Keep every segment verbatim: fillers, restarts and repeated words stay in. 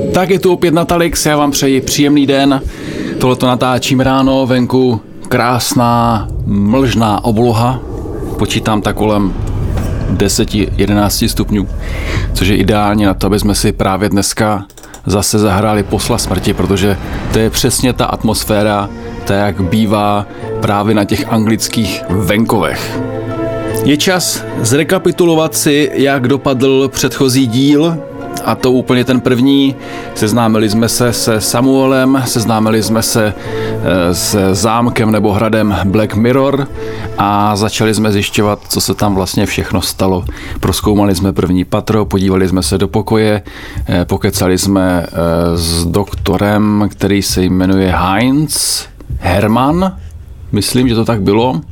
Tak je tu opět Natalix, já vám přeji příjemný den. Tohleto natáčím ráno, venku krásná mlžná obloha. Počítám tak kolem deset jedenáct stupňů, což je ideálně na to, aby jsme si právě dneska zase zahráli Posla smrti, protože to je přesně ta atmosféra, tak jak bývá právě na těch anglických venkovech. Je čas zrekapitulovat si, jak dopadl předchozí díl, a to úplně ten první. Seznámili jsme se se Samuelem, seznámili jsme se s zámkem nebo hradem Black Mirror a začali jsme zjišťovat, co se tam vlastně všechno stalo. Prozkoumali jsme první patro, podívali jsme se do pokoje, pokecali jsme s doktorem, který se jmenuje Heinz Hermann, myslím, že to tak bylo.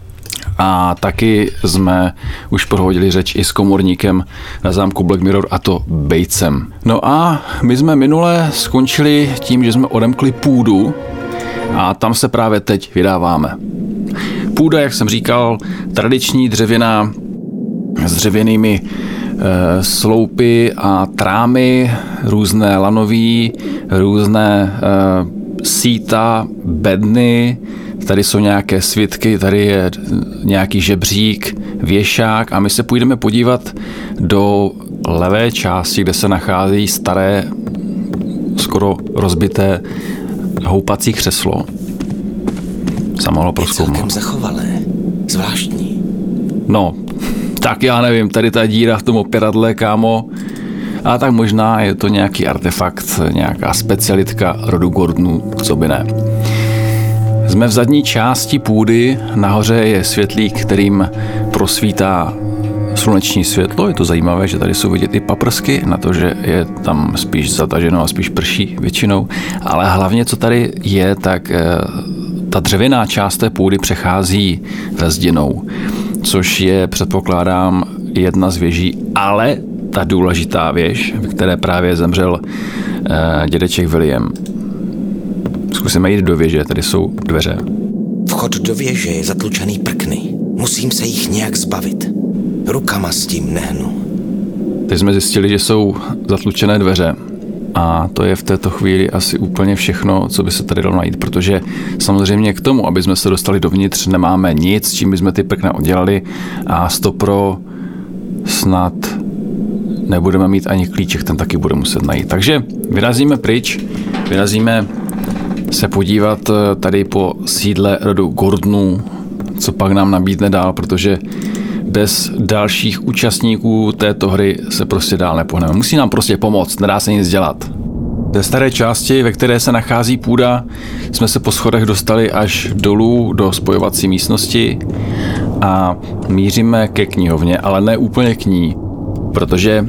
A taky jsme už prohodili řeč i s komorníkem na zámku Black Mirror, a to Batesem. No a my jsme minule skončili tím, že jsme odemkli půdu a tam se právě teď vydáváme. Půda, jak jsem říkal, tradiční dřevěná s dřevěnými e, sloupy a trámy, různé lanový, různé e, síta, bedny. Tady jsou nějaké svitky, tady je nějaký žebřík, věšák a my se půjdeme podívat do levé části, kde se nachází staré, skoro rozbité houpací křeslo. Samohlo prozkoumat. Je celkem zachovalé, zvláštní. No, tak já nevím, tady ta díra v tom opěradle, kámo, a tak možná je to nějaký artefakt, nějaká specialitka rodu Gordonů, co by ne. Jsme v zadní části půdy, nahoře je světlík, kterým prosvítá sluneční světlo. Je to zajímavé, že tady jsou vidět i paprsky, na to, že je tam spíš zataženo a spíš prší většinou. Ale hlavně, co tady je, tak ta dřevěná část té půdy přechází ve zděnou, což je, předpokládám, jedna z věží, ale ta důležitá věž, ve které právě zemřel dědeček William. Zkusíme jít do věže, tady jsou dveře. Vchod do věže je zatlučený prkny. Musím se jich nějak zbavit. Rukama s tím nehnu. Teď jsme zjistili, že jsou zatlučené dveře. A to je v této chvíli asi úplně všechno, co by se tady dalo najít, protože samozřejmě k tomu, aby jsme se dostali dovnitř, nemáme nic, čím bychom ty prkna oddělali a stopro snad nebudeme mít ani klíček, ten taky bude muset najít. Takže vyrazíme pryč, vyrazíme se podívat tady po sídle rodu Gordonů, co pak nám nabídne dál, protože bez dalších účastníků této hry se prostě dál nepohneme. Musí nám prostě pomoct, nedá se nic dělat. Ze staré části, ve které se nachází půda, jsme se po schodech dostali až dolů do spojovací místnosti a míříme ke knihovně, ale ne úplně k ní, protože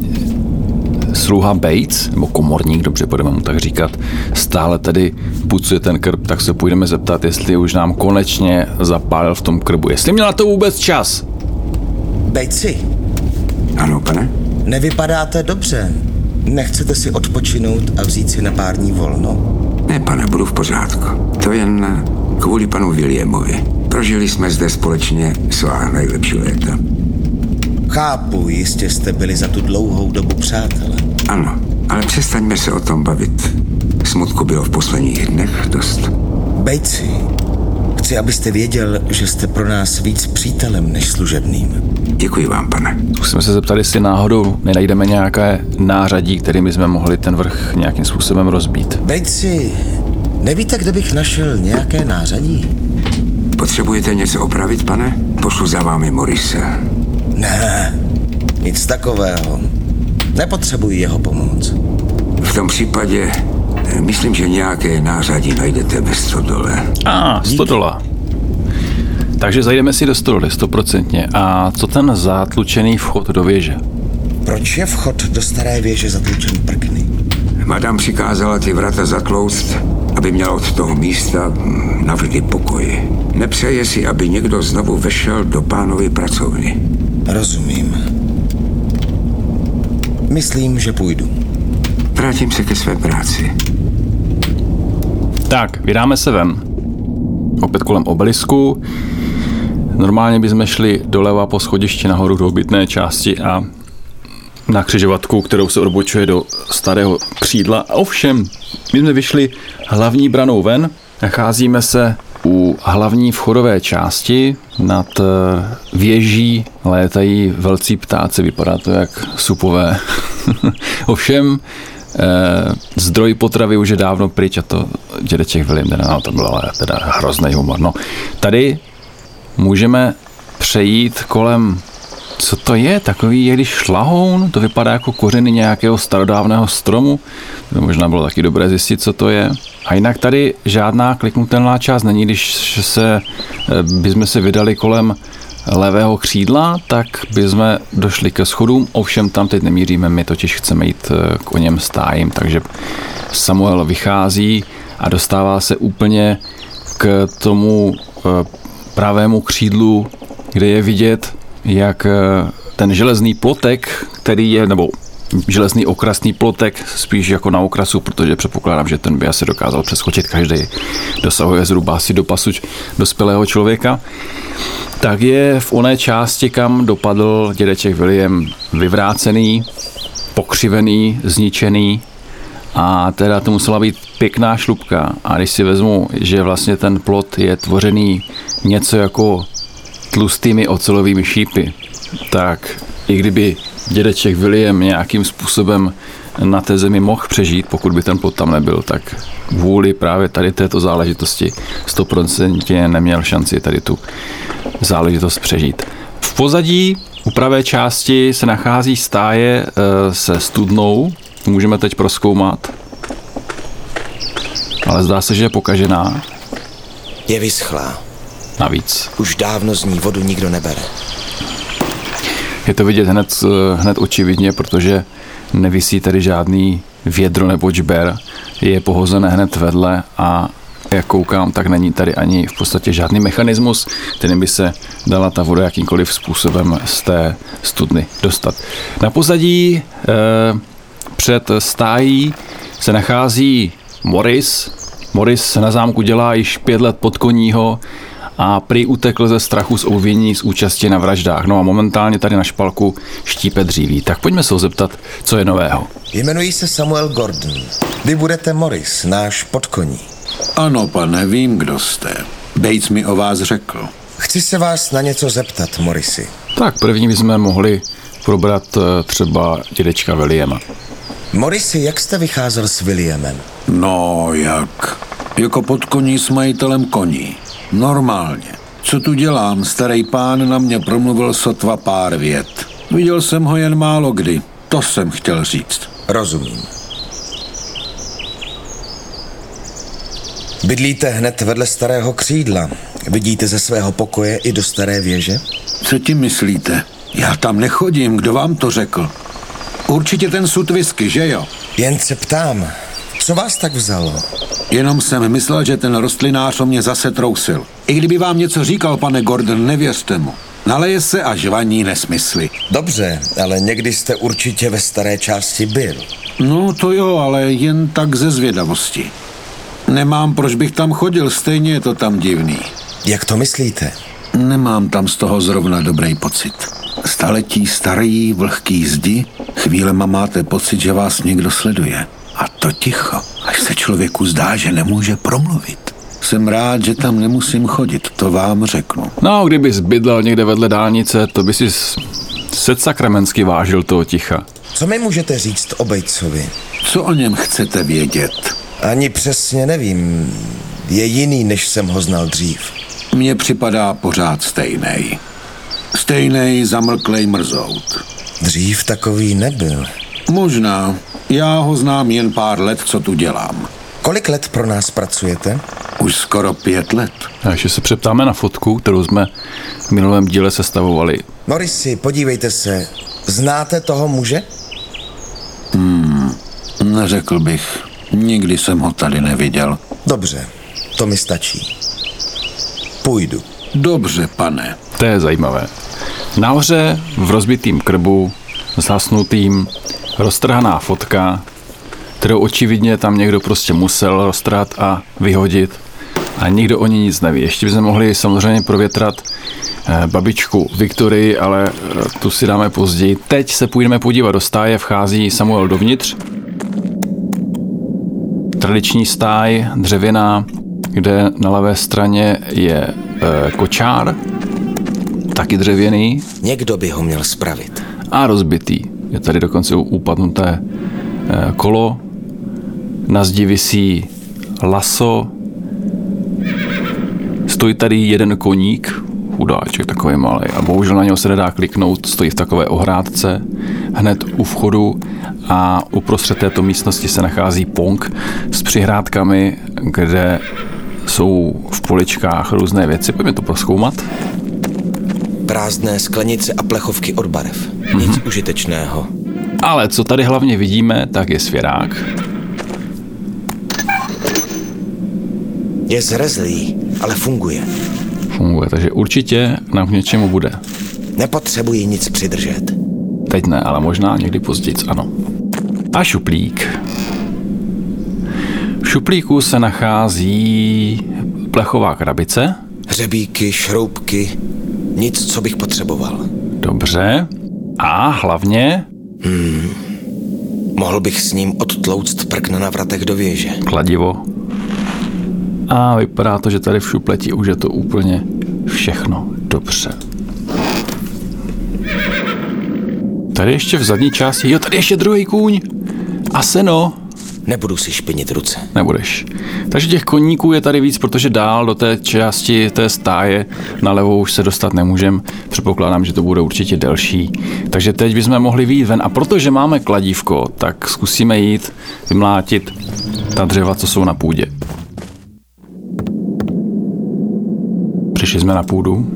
sluha Bates, nebo komorník, dobře budeme mu tak říkat, stále tedy pucuje ten krb, tak se půjdeme zeptat, jestli už nám konečně zapálil v tom krbu. Jestli měl na to vůbec čas. Batesi. Ano, pane? Nevypadáte dobře. Nechcete si odpočinout a vzít si na pár dní volno? Ne, pane, budu v pořádku. To jen kvůli panu Williamovi. Prožili jsme zde společně svá nejlepší léta. Chápu, jistě jste byli za tu dlouhou dobu přátelé. Ano, ale přestaňme se o tom bavit. Smutku bylo v posledních dnech dost. Batesi, chci, abyste věděl, že jste pro nás víc přítelem než služebným. Děkuji vám, pane. Zkusíme se zeptat, jestli náhodou nenajdeme nějaké nářadí, kterými jsme mohli ten vrch nějakým způsobem rozbít. Batesi, nevíte, kde bych našel nějaké nářadí? Potřebujete něco opravit, pane? Pošlu za vámi Morise. Ne, nic takového. Nepotřebuji jeho pomoc. V tom případě myslím, že nějaké nářadí najdete ve stodole. A, ah, stodola. Takže zajdeme si do stodoly, stoprocentně. A co ten zatlučený vchod do věže? Proč je vchod do staré věže zatlučen prkny? Madame přikázala ty vrata zatlouct, aby měla od toho místa navždy pokoj. Nepřeje si, aby někdo znovu vešel do pánovy pracovny. Rozumím. Myslím, že půjdu. Vrátím se ke své práci. Tak, vydáme se ven. Opět kolem obelisku. Normálně bychom šli doleva po schodišti nahoru do obytné části a na křižovatku, kterou se odbočuje do starého křídla. Ovšem, my jsme vyšli hlavní branou ven, nacházíme se u hlavní vchodové části. Nad věží létají velcí ptáci, vypadá to jak supové. Ovšem, eh, zdroj potravy už je dávno pryč a to dědeček William, no, to byl ale teda hrozný humor. No, tady můžeme přejít kolem, co to je, takový jeli šlahoun, to vypadá jako kořeny nějakého starodávného stromu, to možná bylo taky dobré zjistit, co to je. A jinak tady žádná kliknutelná část není, když se, bychom se vydali kolem levého křídla, tak bychom došli ke schodům, ovšem tam teď nemíříme, my totiž chceme jít k o něm stájím, takže Samuel vychází a dostává se úplně k tomu pravému křídlu, kde je vidět, jak ten železný plotek, který je, nebo železný okrasný plotek, spíš jako na okrasu, protože předpokládám, že ten by asi dokázal přeskočit každý, dosahuje zhruba asi do pasu dospělého člověka, tak je v oné části, kam dopadl dědeček William, vyvrácený, pokřivený, zničený a teda to musela být pěkná šlupka. A když si vezmu, že vlastně ten plot je tvořený něco jako tlustými ocelovými šípy, tak i kdyby dědeček William nějakým způsobem na té zemi mohl přežít, pokud by ten plot tam nebyl, tak vůli právě tady této záležitosti sto procent neměl šanci tady tu záležitost přežít. V pozadí u pravé části se nachází stáje se studnou, můžeme teď prozkoumat, ale zdá se, že je pokažená. Je vyschlá. Navíc. Už dávno z ní vodu nikdo nebere. Je to vidět hned, hned očividně, protože nevisí tady žádný vědro nebo čber. Je pohozené hned vedle a jak koukám, tak není tady ani v podstatě žádný mechanismus, kterým by se dala ta voda jakýmkoliv způsobem z té studny dostat. Na pozadí eh, před stájí se nachází Morris. Morris na zámku dělá již pět let podkoního a prý utekl ze strachu z obvinění z účasti na vraždách. No a momentálně tady na špalku štípe dříví. Tak pojďme se ho zeptat, co je nového. Jmenuji se Samuel Gordon. Vy budete Morris, náš podkoní. Ano, pane, vím, kdo jste. Bates mi o vás řekl. Chci se vás na něco zeptat, Morrisi. Tak první bychom mohli probrat třeba dědečka Williama. Morrisi, jak jste vycházel s Williamem? No, jak? Jako podkoní s majitelem koní. Normálně. Co tu dělám? Starý pán na mě promluvil sotva pár vět. Viděl jsem ho jen málo kdy. To jsem chtěl říct. Rozumím. Bydlíte hned vedle starého křídla. Vidíte ze svého pokoje i do staré věže? Co tím myslíte? Já tam nechodím, kdo vám to řekl? Určitě ten sud whisky, že jo? Jen se ptám, co vás tak vzalo? Jenom jsem myslel, že ten rostlinář o mě zase trousil. I kdyby vám něco říkal, pane Gordon, nevěřte mu. Naleje se a žvaní nesmysly. Dobře, ale někdy jste určitě ve staré části byl. No to jo, ale jen tak ze zvědavosti. Nemám, proč bych tam chodil, stejně je to tam divný. Jak to myslíte? Nemám tam z toho zrovna dobrý pocit. Staletí starý, vlhký zdi, chvílema máte pocit, že vás někdo sleduje. A to ticho, až se člověku zdá, že nemůže promluvit. Jsem rád, že tam nemusím chodit, to vám řeknu. No, kdybys bydlel někde vedle dálnice, to by si setsakramentsky vážil toho ticha. Co mi můžete říct o Batesovi? Co o něm chcete vědět? Ani přesně nevím. Je jiný, než jsem ho znal dřív. Mně připadá pořád stejnej. Stejnej, zamlklej mrzout. Dřív takový nebyl. Možná. Já ho znám jen pár let, co tu dělám. Kolik let pro nás pracujete? Už skoro pět let. A ještě se přeptáme na fotku, kterou jsme v minulém díle sestavovali. Morrisi, podívejte se. Znáte toho muže? Hmm, neřekl bych. Nikdy jsem ho tady neviděl. Dobře, to mi stačí. Půjdu. Dobře, pane. To je zajímavé. Nahoře v rozbitým krbu, zhasnutým, roztrhaná fotka, kterou očividně tam někdo prostě musel roztrhat a vyhodit. A nikdo o ní nic neví. Ještě bychom mohli samozřejmě provětrat babičku Viktorii, ale tu si dáme později. Teď se půjdeme podívat do stáje, vchází Samuel dovnitř. Tradiční stáj, dřevěná, kde na levé straně je e, kočár, taky dřevěný. Někdo by ho měl spravit. A rozbitý. Je tady dokonce upadnuté e, kolo, na zdi visí laso, stojí tady jeden koník, chudáček takový malý, a bohužel na něho se nedá kliknout, stojí v takové ohrádce hned u vchodu a uprostřed této místnosti se nachází pong s přihrádkami, kde jsou v poličkách různé věci. Pojďme to prozkoumat. Prázdné sklenice a plechovky od barev. Mm-hmm. Nic užitečného. Ale co tady hlavně vidíme, tak je svěrák. Je zrezlý, ale funguje. Funguje, takže určitě nám k něčemu bude. Nepotřebuji nic přidržet. Teď ne, ale možná někdy později, ano. A šuplík. V šuplíku se nachází plechová krabice. Hřebíky, šroubky, nic, co bych potřeboval. Dobře. A hlavně... Hmm. Mohl bych s ním odtlouct prkna na vratech do věže. Kladivo. A vypadá to, že tady v šupleti už je to úplně všechno. Dobře. Tady ještě v zadní části, jo, tady ještě druhý kůň. A seno. Nebudu si špinit ruce. Nebudeš. Takže těch koníků je tady víc, protože dál do té části té stáje na levou už se dostat nemůžem. Předpokládám, že to bude určitě delší. Takže teď bychom mohli vyjít ven. A protože máme kladívko, tak zkusíme jít vymlátit ta dřeva, co jsou na půdě. Přišli jsme na půdu.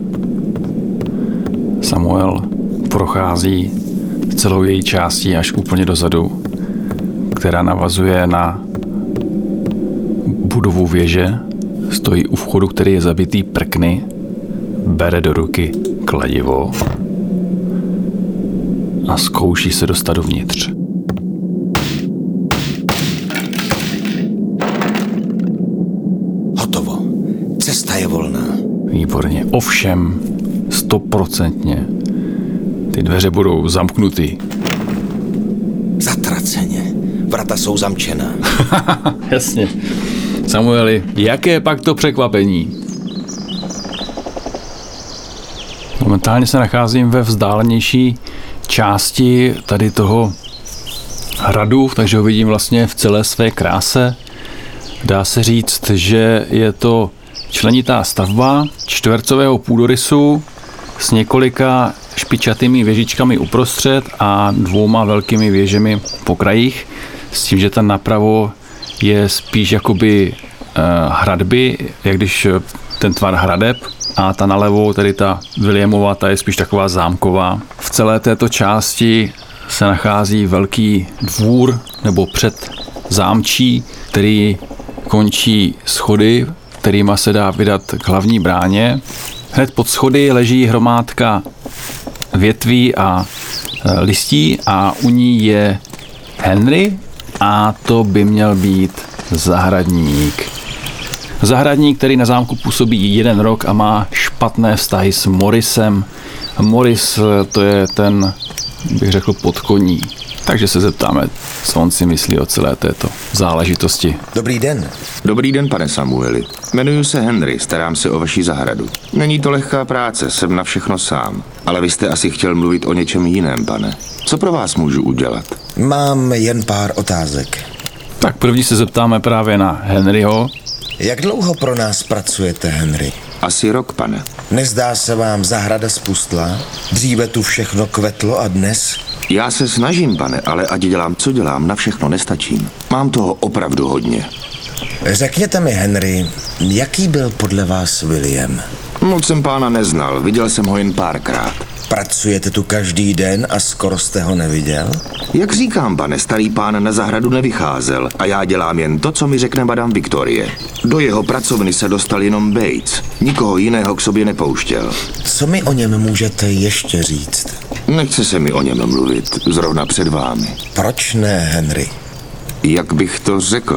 Samuel prochází celou její částí až úplně dozadu, která navazuje na budovu věže. Stojí u vchodu, který je zabitý prkny, bere do ruky kladivo a zkouší se dostat dovnitř. Hotovo. Cesta je volná. Výborně. Ovšem, stoprocentně ty dveře budou zamknuty. Zatraceně. Vrata jsou zamčená. Jasně. Samueli, jaké pak to překvapení? Momentálně se nacházím ve vzdálenější části tady toho hradu, takže ho vidím vlastně v celé své kráse. Dá se říct, že je to členitá stavba čtvercového půdorysu s několika špičatými věžičkami uprostřed a dvouma velkými věžemi po krajích, s tím, že ta napravo je spíš jakoby uh, hradby, jak když ten tvar hradeb, a ta nalevo, tedy ta Williamova, ta je spíš taková zámková. V celé této části se nachází velký dvůr nebo před zámčí, který končí schody, kterýma se dá vydat k hlavní bráně. Hned pod schody leží hromádka větví a listí a u ní je Henry a to by měl být zahradník. Zahradník, který na zámku působí jeden rok a má špatné vztahy s Morrisem. Morris, to je ten, bych řekl, podkoní. Takže se zeptáme, co on si myslí o celé této záležitosti. Dobrý den. Dobrý den, pane Samueli. Jmenuji se Henry, starám se o vaši zahradu. Není to lehká práce, jsem na všechno sám. Ale vy jste asi chtěl mluvit o něčem jiném, pane. Co pro vás můžu udělat? Mám jen pár otázek. Tak první se zeptáme právě na Henryho. Jak dlouho pro nás pracujete, Henry? Asi rok, pane. Nezdá se vám zahrada spustlá? Dříve tu všechno kvetlo a dnes? Já se snažím, pane, ale ať dělám, co dělám, na všechno nestačím. Mám toho opravdu hodně. Řekněte mi, Henry, jaký byl podle vás William? Moc jsem pána neznal, viděl jsem ho jen párkrát. Pracujete tu každý den a skoro jste ho neviděl? Jak říkám, pane, starý pán na zahradu nevycházel a já dělám jen to, co mi řekne madame Viktorie. Do jeho pracovny se dostal jenom Bates. Nikoho jiného k sobě nepouštěl. Co mi o něm můžete ještě říct? Nechce se mi o něm mluvit, zrovna před vámi. Proč ne, Henry? Jak bych to řekl?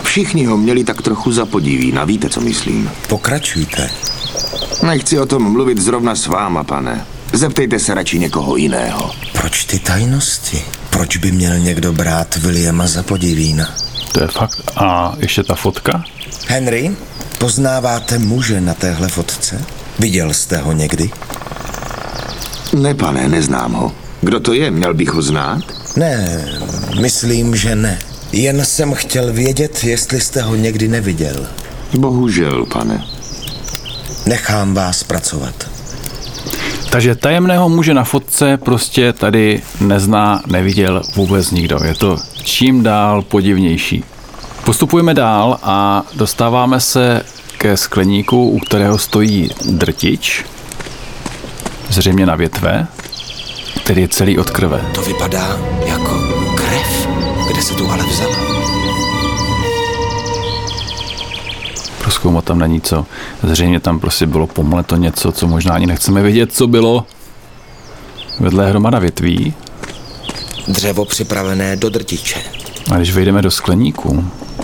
Všichni ho měli tak trochu za podívína, víte, co myslím. Pokračujte. Nechci o tom mluvit zrovna s váma, pane. Zeptejte se radši někoho jiného. Proč ty tajnosti? Proč by měl někdo brát Williama za podívína? To je fakt. A ještě ta fotka? Henry, poznáváte muže na téhle fotce? Viděl jste ho někdy? Ne, pane, neznám ho. Kdo to je? Měl bych ho znát? Ne, myslím, že ne. Jen jsem chtěl vědět, jestli jste ho někdy neviděl. Bohužel, pane. Nechám vás pracovat. Takže tajemného muže na fotce prostě tady nezná, neviděl vůbec nikdo. Je to čím dál podivnější. Postupujeme dál a dostáváme se ke skleníku, u kterého stojí drtič, zřejmě na větve, který je celý od krve. To vypadá jako krev. Kde se tu ale vzala? Prozkoumat tam není co. Zřejmě tam prostě bylo pomleto něco, co možná ani nechceme vědět, co bylo. Vedle je hromada větví. Dřevo připravené do drtiče. A když vejdeme do skleníku,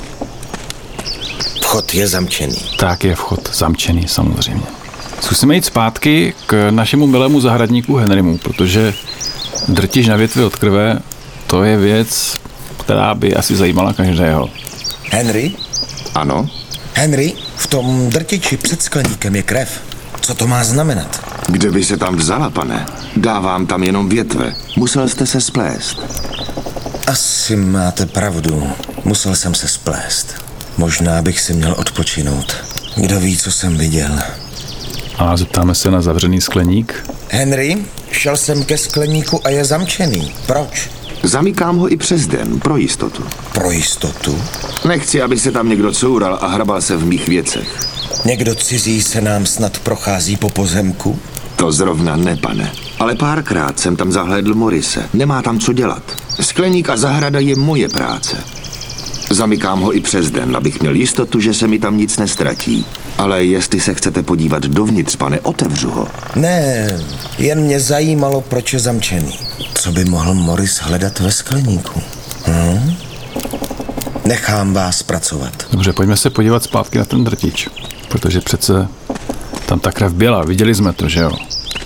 Vchod je zamčený. tak je vchod zamčený samozřejmě. Zkusíme jít zpátky k našemu milému zahradníku Henrymu, protože drtič na větvi od krve, to je věc, která by asi zajímala každého. Henry? Ano? Henry, v tom drtiči před skleníkem je krev. Co to má znamenat? Kde by se tam vzala, pane? Dávám tam jenom větve. Musel jste se splést. Asi máte pravdu. Musel jsem se splést. Možná bych si měl odpočinout. Kdo ví, co jsem viděl. A zeptáme se na zavřený skleník. Henry, šel jsem ke skleníku a je zamčený. Proč? Zamykám ho i přes den, pro jistotu. Pro jistotu? Nechci, aby se tam někdo coural a hrabal se v mých věcech. Někdo cizí se nám snad prochází po pozemku? To zrovna ne, pane. Ale párkrát jsem tam zahlédl Morise. Nemá tam co dělat. Skleník a zahrada je moje práce. Zamykám ho i přes den, abych měl jistotu, že se mi tam nic nestratí. Ale jestli se chcete podívat dovnitř, pane, otevřu ho. Ne, jen mě zajímalo, proč je zamčený. Co by mohl Morris hledat ve skleníku? Hm? Nechám vás pracovat. Dobře, pojďme se podívat zpátky na ten drtič, protože přece tam ta krev byla, viděli jsme to, že jo?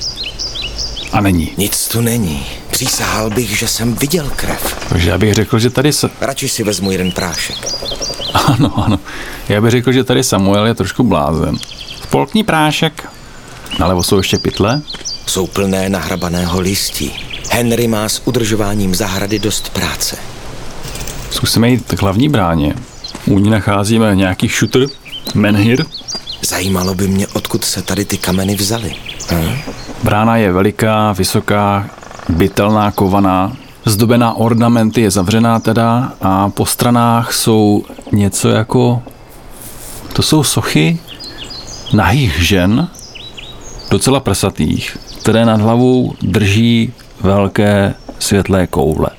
A není. Nic tu není. Přísahal bych, že jsem viděl krev. Takže já bych řekl, že tady se... Radši si vezmu jeden prášek. Ano, ano. Já bych řekl, že tady Samuel je trošku blázen. Spolkní prášek. Nalevo jsou ještě pytle. Jsou plné nahrabaného listí. Henry má s udržováním zahrady dost práce. Zkusíme jít k hlavní bráně. U ní nacházíme nějaký šutr, menhir. Zajímalo by mě, odkud se tady ty kameny vzaly. Hm? Brána je veliká, vysoká, bytelná, kovaná. Zdobená ornamenty, je zavřená teda a po stranách jsou něco jako... To jsou sochy nahých žen, docela prsatých, které nad hlavou drží velké světlé koule.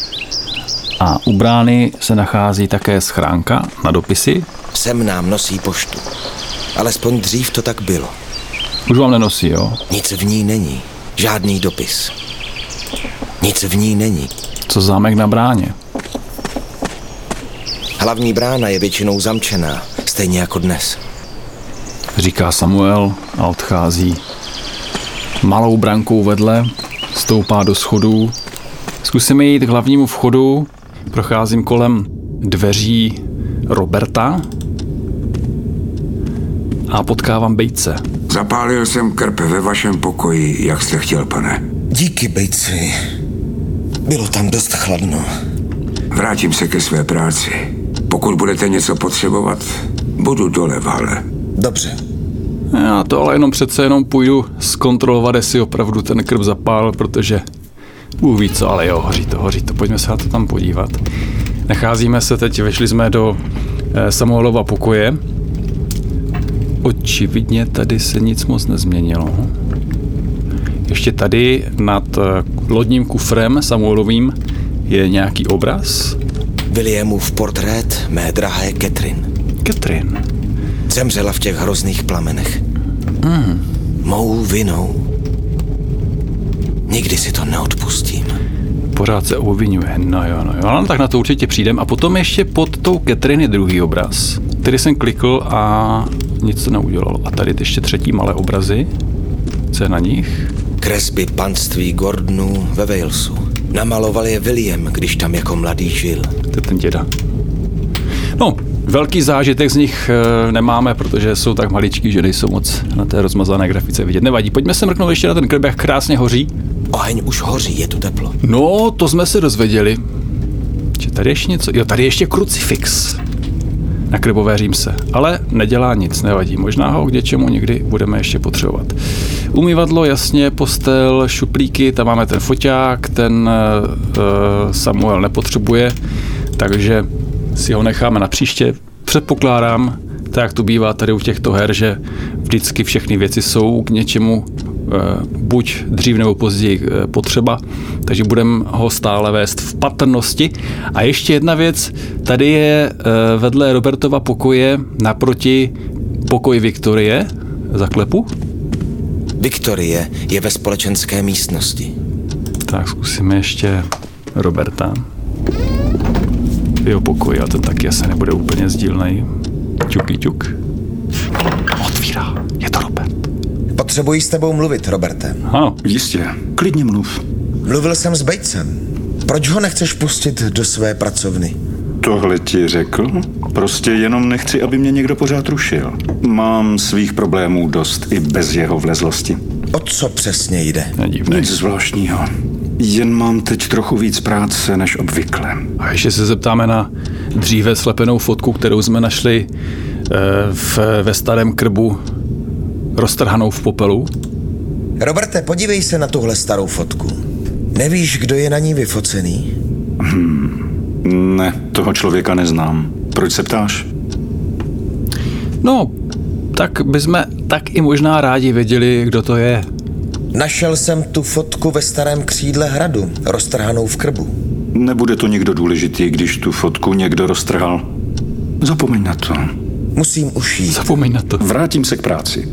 A u brány se nachází také schránka na dopisy. Sem nám nosí poštu. Alespoň dřív to tak bylo. Už vám nenosí, jo? Nic v ní není. Žádný dopis. Nic v ní není. Co zámek na bráně? Hlavní brána je většinou zamčená, stejně jako dnes. Říká Samuel a odchází. Malou brankou vedle stoupá do schodů. Zkusíme jít k hlavnímu vchodu. Procházím kolem dveří Roberta a potkávám Bejce. Zapálil jsem krb ve vašem pokoji, jak jste chtěl, pane. Díky, Bejci. Bylo tam dost chladno. Vrátím se ke své práci. Pokud budete něco potřebovat, budu dole v hale. Dobře. Já to ale jenom přece jenom půjdu zkontrolovat, jestli opravdu ten krb zapál, protože Bůh ví co, ale jo, hoří to, hoří to. Pojďme se na to tam podívat. Nacházíme se teď, vešli jsme do eh, Samuelova pokoje. Očividně tady se nic moc nezměnilo. Ještě tady nad lodním kufrem Samuelovým je nějaký obraz. Williamův portrét mé drahé Catherine. Catherine. Zemřela v těch hrozných plamenech. Hmm. Mou vinou. Nikdy si to neodpustím. pořád se obvinuje. No jo, no jo, no, tak na to určitě přijdem. A potom ještě pod tou Catherine je druhý obraz, který jsem klikl a nic to neudělalo. A tady ještě třetí malé obrazy. Co je na nich? Kresby panství Gordonů ve Walesu. Namaloval je William, když tam jako mladý žil. To je ten děda. No, velký zážitek z nich e, nemáme, protože jsou tak maličký, že nejsou moc na té rozmazané grafice vidět. Nevadí, pojďme se mrknout ještě na ten krb, jak krásně hoří. Oheň už hoří, je tu teplo. No, to jsme se dozvěděli. Že tady ještě něco, jo, tady ještě krucifix na krbové římse, ale nedělá nic, nevadí. Možná ho k něčemu někdy budeme ještě potřebovat. Umývadlo, jasně, postel, šuplíky, tam máme ten foťák, ten uh, Samuel nepotřebuje, takže si ho necháme na příště. Předpokládám, tak jak to bývá tady u těchto her, že vždycky všechny věci jsou k něčemu buď dřív nebo později potřeba, takže budeme ho stále vést v patrnosti. A ještě jedna věc, tady je vedle Robertova pokoje naproti pokoj Viktorie, zaklepu. Viktorie je ve společenské místnosti. Tak zkusíme ještě Roberta. V jeho pokoji, a ten taky asi nebude úplně sdílnej. Čuky čuk. Otvírá, je to Robert. Potřebuji s tebou mluvit, Roberte. Ano. Jistě, klidně mluv. Mluvil jsem s Batesem. Proč ho nechceš pustit do své pracovny? Tohle ti řekl? Prostě jenom nechci, aby mě někdo pořád rušil. Mám svých problémů dost i bez jeho vlezlosti. O co přesně jde? Nedivnej. Nic zvláštního. Jen mám teď trochu víc práce než obvykle. A ještě se zeptáme na dříve slepenou fotku, kterou jsme našli v, ve starém krbu, roztrhanou v popelu. Roberte, podívej se na tuhle starou fotku. Nevíš, kdo je na ní vyfocený? Hmm. Ne, toho člověka neznám. Proč se ptáš? No, tak bychom tak i možná rádi věděli, kdo to je. Našel jsem tu fotku ve starém křídle hradu, roztrhanou v krbu. Nebude to někdo důležitý, když tu fotku někdo roztrhal. Zapomeň na to. Musím už jít. Zapomeň na to. Vrátím se k práci.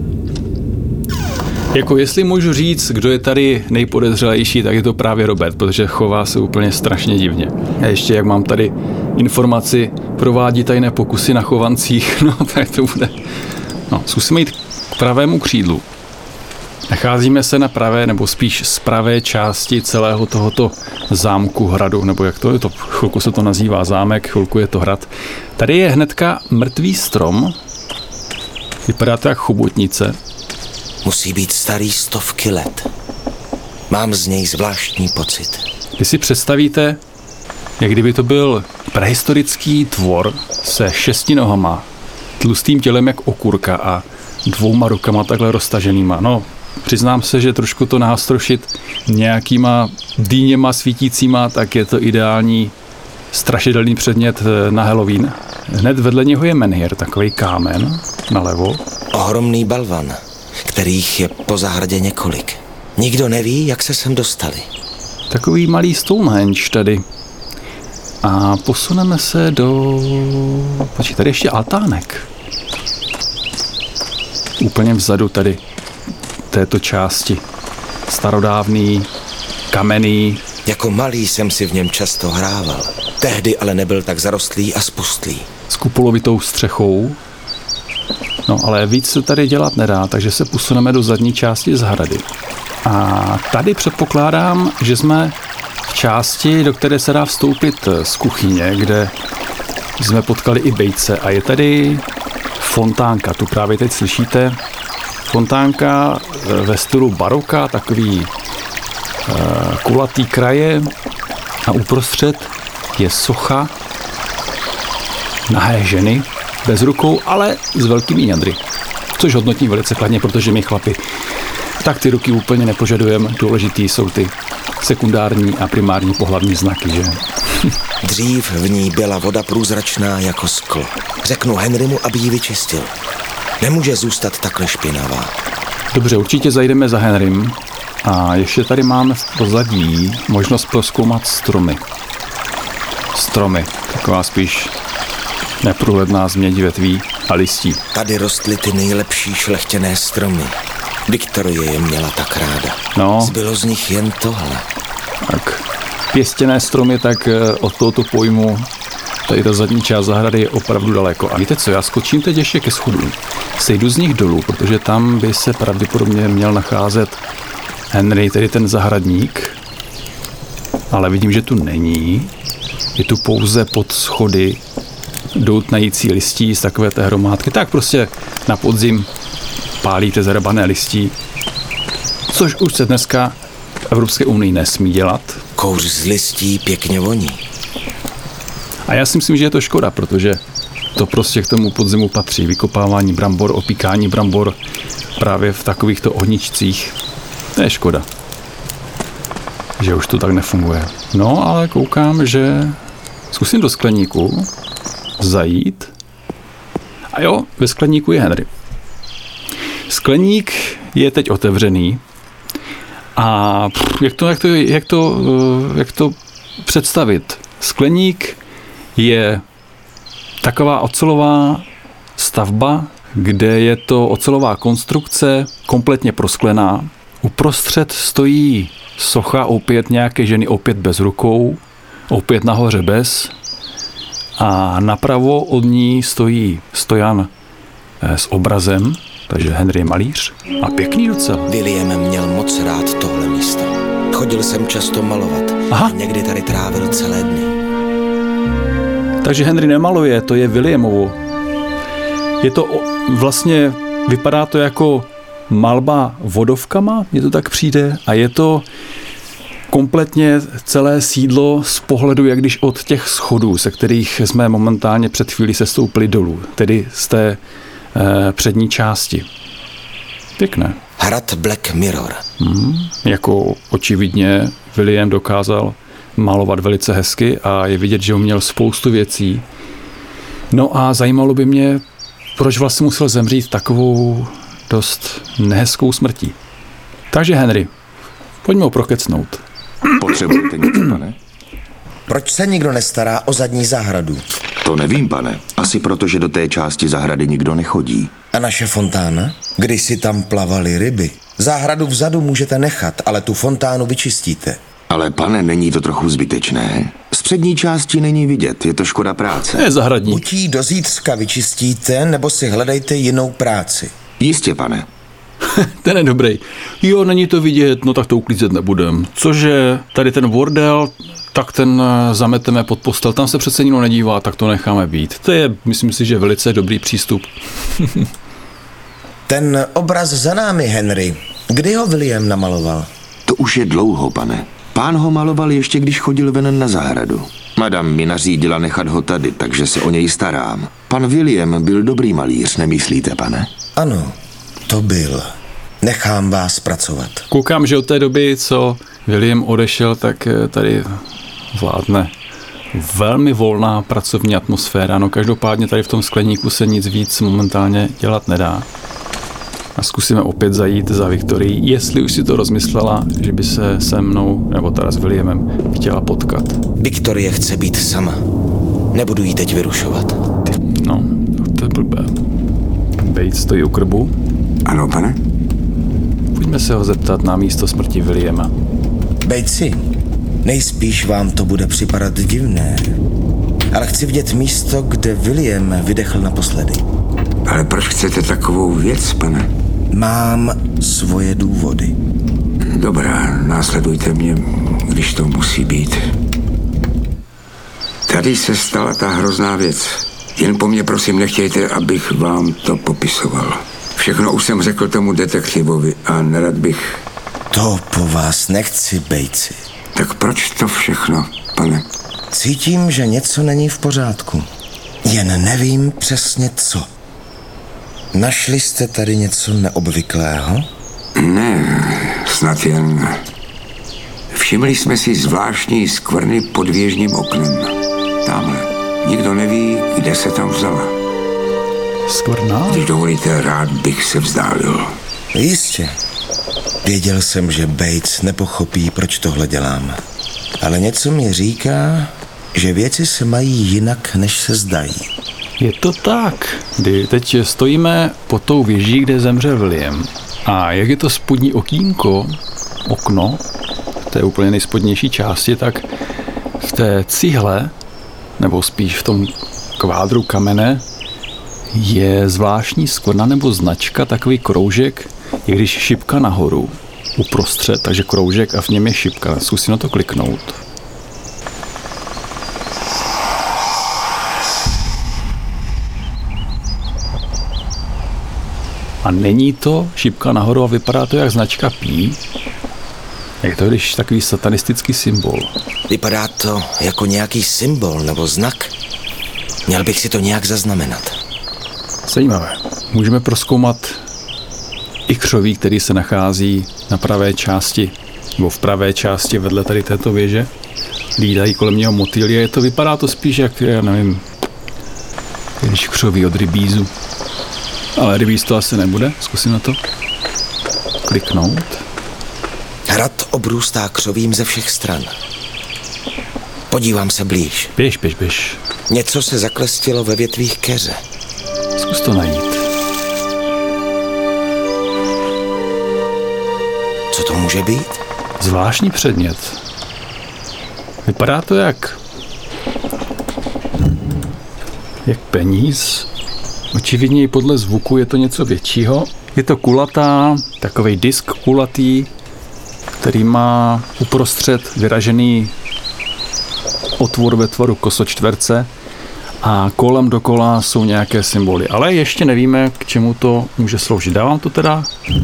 Jako jestli můžu říct, kdo je tady nejpodezřelejší, tak je to právě Robert, protože chová se úplně strašně divně. A ještě jak mám tady informaci, provádí tajné pokusy na chovancích, no tak to bude. No, zkusíme jít k pravému křídlu. Nacházíme se na pravé, nebo spíš z pravé části celého tohoto zámku, hradu, nebo jak to je, to chvilku se to nazývá zámek, chvilku je to hrad. Tady je hnedka mrtvý strom, vypadá to jak chobotnice. Musí být starý stovky let. Mám z něj zvláštní pocit. Když si představíte, jak kdyby to byl prehistorický tvor se šesti nohama, tlustým tělem jak okurka a dvouma rukama takhle roztaženýma. No, přiznám se, že trošku to nástrošit nějakýma dýněma svítícíma, tak je to ideální strašidelný předmět na Halloween. Hned vedle něho je menhir, takový kámen nalevo. Ohromný balvan, kterých je po zahradě několik. Nikdo neví, jak se sem dostali. Takový malý Stonehenge tady. A posuneme se do... Počkej, tady ještě altánek. Úplně vzadu tady této části. Starodávný, kamenný. Jako malý jsem si v něm často hrával. Tehdy ale nebyl tak zarostlý a spustlý. S kupolovitou střechou. No ale víc se tady dělat nedá, takže se posuneme do zadní části zahrady. A tady předpokládám, že jsme v části, do které se dá vstoupit z kuchyně, kde jsme potkali i bejce. A je tady fontánka, tu právě teď slyšíte. Fontánka ve stylu baroka, takový uh, kulatý kraje a uprostřed je socha nahé ženy, bez rukou, ale s velkými jandry. Což hodnotí velice kladně, protože my chlapi tak ty ruky úplně nepožadujeme. Důležitý jsou ty sekundární a primární pohlavní znaky, že? Dřív v ní byla voda průzračná jako sklo. Řeknu Henrymu, aby ji vyčistil. Nemůže zůstat takhle špinavá. Dobře, určitě zajdeme za Henrym. A ještě tady máme v pozadí možnost prozkoumat stromy. Stromy, taková spíš neprůhledná změť větví a listí. Tady rostly ty nejlepší šlechtěné stromy. Viktorie je měla tak ráda. No. Zbylo z nich jen tohle. Tak pěstěné stromy, tak od tohoto pojmu tady ta zadní část zahrady je opravdu daleko. A víte co, já skočím teď ještě ke schodům. Sejdu z nich dolů, protože tam by se pravděpodobně měl nacházet Henry, tedy ten zahradník. Ale vidím, že tu není. Je tu pouze pod schody doutnající listí z takové té hromádky. Tak prostě na podzim pálíte zarabané listí, což už se dneska v Evropské unii nesmí dělat. Kouř z listí pěkně voní. A já si myslím, že je to škoda, protože to prostě k tomu podzimu patří. Vykopávání brambor, opíkání brambor právě v takovýchto ohničcích. To je škoda, že už to tak nefunguje. No, ale koukám, že zkusím do skleníku zajít. A jo, ve skleníku je Henry. Skleník je teď otevřený. A jak to, jak to, jak to, jak to představit? Skleník je taková ocelová stavba, kde je to ocelová konstrukce kompletně prosklená. Uprostřed stojí socha opět nějaké ženy, opět bez rukou, opět nahoře bez. A napravo od ní stojí stojan s obrazem, takže Henry je malíř a pěkný docela. William měl moc rád tohle místo. Chodil jsem často malovat. Aha. A někdy tady trávil celé dny. Takže Henry nemaluje, to je Williamovo. Je to vlastně, vypadá to jako malba vodovkama, mně to tak přijde, a je to kompletně celé sídlo z pohledu, jak když od těch schodů, se kterých jsme momentálně před chvílí sestoupili dolů, tedy z té eh, přední části. Pěkné. Hrad Black Mirror. Hmm, jako očividně William dokázal malovat velice hezky a je vidět, že uměl spoustu věcí. No a zajímalo by mě, proč vlastně musel zemřít takovou dost nehezkou smrtí. Takže Henry, pojďme ho prokecnout. Potřebujete něco, pane? Proč se nikdo nestará o zadní zahradu? To nevím, pane. Asi proto, že do té části zahrady nikdo nechodí. A naše fontána? Když si tam plavaly ryby. Zahradu vzadu můžete nechat, ale tu fontánu vyčistíte. Ale pane, není to trochu zbytečné? Z přední části není vidět, je to škoda práce. Je zahradník. Buď ji do zítřka vyčistíte, nebo si hledejte jinou práci. Jistě, pane. Ten je dobrý. Jo, není to vidět, no tak to uklízet nebudem. Cože, tady ten bordel, tak ten zameteme pod postel, tam se přece nikdo nedívá, tak to necháme být. To je, myslím si, že velice dobrý přístup. Ten obraz za námi, Henry, kdy ho William namaloval? To už je dlouho, pane. Pán ho maloval ještě, když chodil ven na zahradu. Madam mi nařídila nechat ho tady, takže se o něj starám. Pan William byl dobrý malíř, nemyslíte, pane? Ano, to byl. Nechám vás pracovat. Koukám, že od té doby, co William odešel, tak tady vládne velmi volná pracovní atmosféra. No každopádně tady v tom skleníku se nic víc momentálně dělat nedá. A zkusíme opět zajít za Viktorií, jestli už si to rozmyslela, že by se se mnou, nebo teda s Williamem, chtěla potkat. Viktorie chce být sama. Nebudu jí teď vyrušovat. No, to je blbé. Bates stojí u krbu. Ano, pane? Pojďme se ho zeptat na místo smrti Williama. Batesi, nejspíš vám to bude připadat divné, ale chci vidět místo, kde William vydechl naposledy. Ale proč chcete takovou věc, pane? Mám svoje důvody. Dobrá, následujte mě, když to musí být. Tady se stala ta hrozná věc. Jen po mně prosím nechtějte, abych vám to popisoval. Všechno už jsem řekl tomu detektivovi a nerad bych... To po vás nechci, Batesi. Tak proč to všechno, pane? Cítím, že něco není v pořádku. Jen nevím přesně co. Našli jste tady něco neobvyklého? Ne, snad jen... Všimli jsme si zvláštní skvrny pod věžním oknem. Tamhle. Nikdo neví, kde se tam vzala. Skvrna? Když dovolíte, rád bych se vzdálil. Jistě. Věděl jsem, že Bates nepochopí, proč tohle dělám. Ale něco mi říká, že věci se mají jinak, než se zdají. Je to tak. Kdy teď stojíme pod tou věží, kde zemřel William. A jak je to spodní okýnko, okno, to je úplně nejspodnější části, tak v té cihle, nebo spíš v tom kvádru kamene, je zvláštní skvrna nebo značka, takový kroužek, i když šipka nahoru, uprostřed, takže kroužek a v něm je šipka. Zkusím na to kliknout. A není to šipka nahoru a vypadá to jak značka Pi. Jak to, když takový satanistický symbol. Vypadá to jako nějaký symbol nebo znak. Měl bych si to nějak zaznamenat. Zajímavé. Můžeme prozkoumat i křoví, který se nachází na pravé části, nebo v pravé části vedle tady této věže. Lídají kolem něho motýly. Je to, vypadá to spíš jak, já nevím, když křoví od rybízu. Ale rybíz to asi nebude. Zkusím na to kliknout. Hrad obrůstá křovím ze všech stran. Podívám se blíž. Běž, běž, běž. Něco se zaklestilo ve větvích keře. Zkus to najít. Co to může být? Zvláštní předmět. Vypadá to jak... jak peníz. Očividně i podle zvuku je to něco většího. Je to kulatá, takovej disk kulatý, který má uprostřed vyražený otvor ve tvaru kosočtverce a kolem dokola jsou nějaké symboly. Ale ještě nevíme, k čemu to může sloužit. Dávám to teda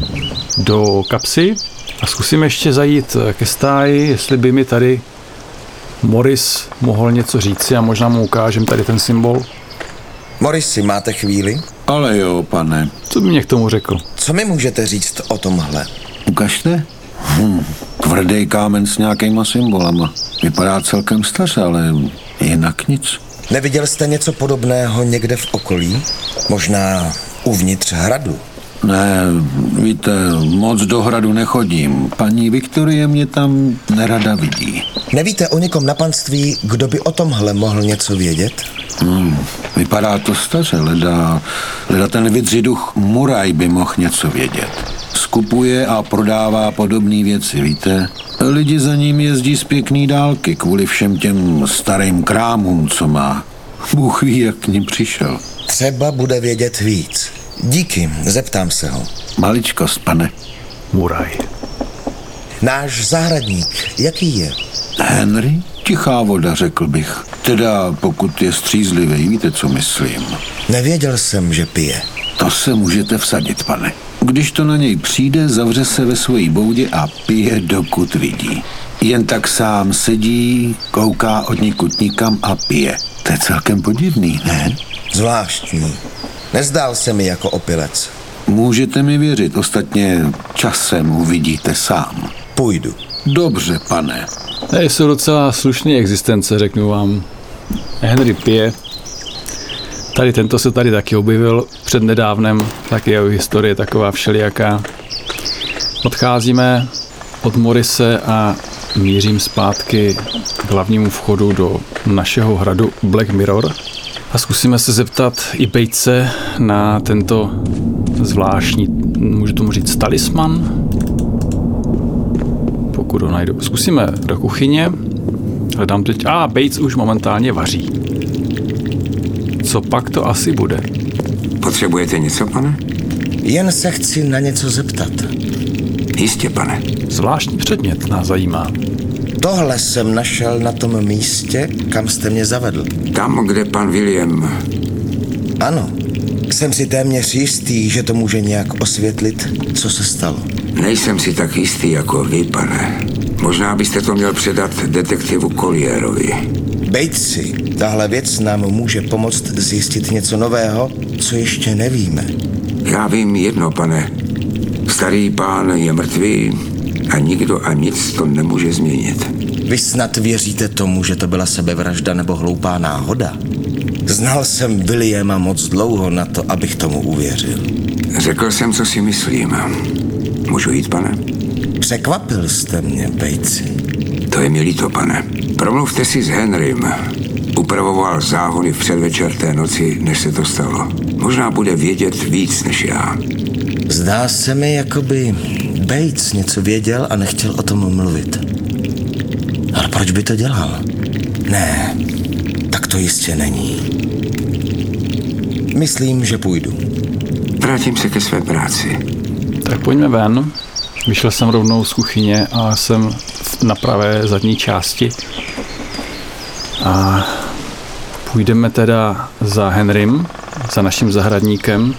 do kapsy a zkusím ještě zajít ke stáji, jestli by mi tady Morris mohl něco říci a možná mu ukážem tady ten symbol. Morrisi, máte chvíli? Ale jo, pane. Co by mě k tomu řekl? Co mi můžete říct o tomhle? Ukažte? Hm, tvrdý kámen s nějakýma symbolama. Vypadá celkem staře, ale jinak nic. Neviděl jste něco podobného někde v okolí? Možná uvnitř hradu? Ne, víte, moc do hradu nechodím. Paní Viktorie mě tam nerada vidí. Nevíte o někom na panství, kdo by o tomhle mohl něco vědět? Hmm, vypadá to staře, leda, leda ten vidři duch Muraj by mohl něco vědět. Skupuje a prodává podobné věci, víte? Lidi za ním jezdí z pěkný dálky kvůli všem těm starým krámům, co má. Bůh ví, jak k ním přišel. Třeba bude vědět víc. Díky, zeptám se ho. Maličkost, pane. Muraj. Náš zahradník, jaký je? Henry? Tichá voda, řekl bych. Teda, pokud je střízlivý, víte, co myslím. Nevěděl jsem, že pije. To se můžete vsadit, pane. Když to na něj přijde, zavře se ve svojí boudě a pije, dokud vidí. Jen tak sám sedí, kouká od nikud nikam a pije. To je celkem podivný, ne? Zvláštní. Nezdál se mi jako opilec. Můžete mi věřit, ostatně časem uvidíte sám. Půjdu. Dobře, pane. Tady jsou docela slušné existence, řeknu vám. Henry pije. Tady tento se tady taky objevil před nedávnem, tak jeho historie taková všelijaká. Odcházíme od Morrise a mířím zpátky k hlavnímu vchodu do našeho hradu Black Mirror a zkusíme se zeptat i Batese na tento zvláštní, můžu tomu říct, talisman, pokud ho najdu. Zkusíme do kuchyně, hledám teď, a ah, Bates už momentálně vaří. Co pak to asi bude? Potřebujete něco, pane? Jen se chci na něco zeptat. Jistě, pane. Zvláštní předmět nás zajímá. Tohle jsem našel na tom místě, kam jste mě zavedl. Tam, kde pan William... Ano. Jsem si téměř jistý, že to může nějak osvětlit, co se stalo. Nejsem si tak jistý jako vy, pane. Možná byste to měl předat detektivu Collierovi. Batesi, tahle věc nám může pomoct zjistit něco nového, co ještě nevíme. Já vím jedno, pane. Starý pán je mrtvý a nikdo a nic to nemůže změnit. Vy snad věříte tomu, že to byla sebevražda nebo hloupá náhoda? Znal jsem Williama moc dlouho na to, abych tomu uvěřil. Řekl jsem, co si myslím. Můžu jít, pane? Překvapil jste mě, Batesi. To je mi líto, pane. Promluvte si s Henrym. Upravoval záhony v předvečer té noci, než se to stalo. Možná bude vědět víc než já. Zdá se mi, jako by Bates něco věděl a nechtěl o tom mluvit. Ale proč by to dělal? Ne, tak to jistě není. Myslím, že půjdu. Vrátím se ke své práci. Tak pojďme ven. Vyšel jsem rovnou z kuchyně a jsem na pravé zadní části. A půjdeme teda za Henrym, za naším zahradníkem.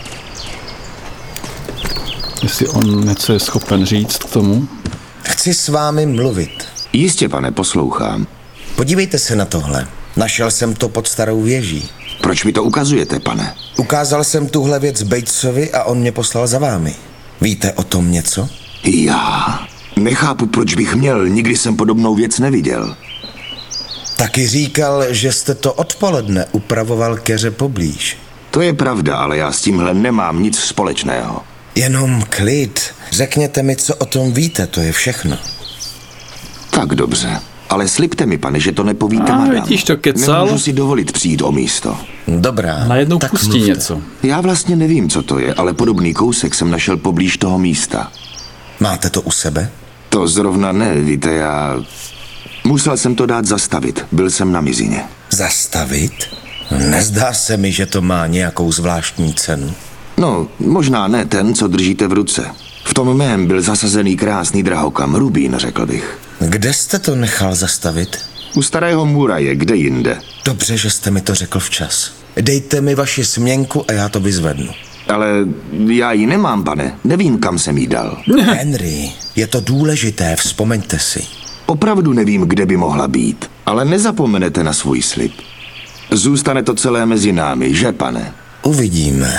Jestli on něco je schopen říct k tomu. Chci s vámi mluvit. Jistě, pane, poslouchám. Podívejte se na tohle. Našel jsem to pod starou věží. Proč mi to ukazujete, pane? Ukázal jsem tuhle věc Batesovi a on mě poslal za vámi. Víte o tom něco? Já nechápu, proč bych měl, nikdy jsem podobnou věc neviděl. Taky říkal, že jste to odpoledne upravoval keře poblíž. To je pravda, ale já s tímhle nemám nic společného. Jenom klid. Řekněte mi, co o tom víte, to je všechno. Tak dobře, ale slibte mi, pane, že to nepovíte A, madam. vidíš, to kecal. Nemůžu si dovolit přijít o místo. Dobrá. Najednou tak pustí mluvte. něco. Já vlastně nevím, co to je, ale podobný kousek jsem našel poblíž toho místa. Máte to u sebe? To zrovna ne, víte, já... Musel jsem to dát zastavit, byl jsem na mizině. Zastavit? Nezdá se mi, že to má nějakou zvláštní cenu. No, možná ne ten, co držíte v ruce. V tom mém byl zasazený krásný drahokam, rubín, řekl bych. Kde jste to nechal zastavit? U starého muraje, kde jinde. Dobře, že jste mi to řekl včas. Dejte mi vaši směnku a já to vyzvednu. Ale já ji nemám, pane. Nevím, kam jsem jí dal. Henry, je to důležité, vzpomeňte si. Opravdu nevím, kde by mohla být. Ale nezapomenete na svůj slib. Zůstane to celé mezi námi, že, pane? Uvidíme.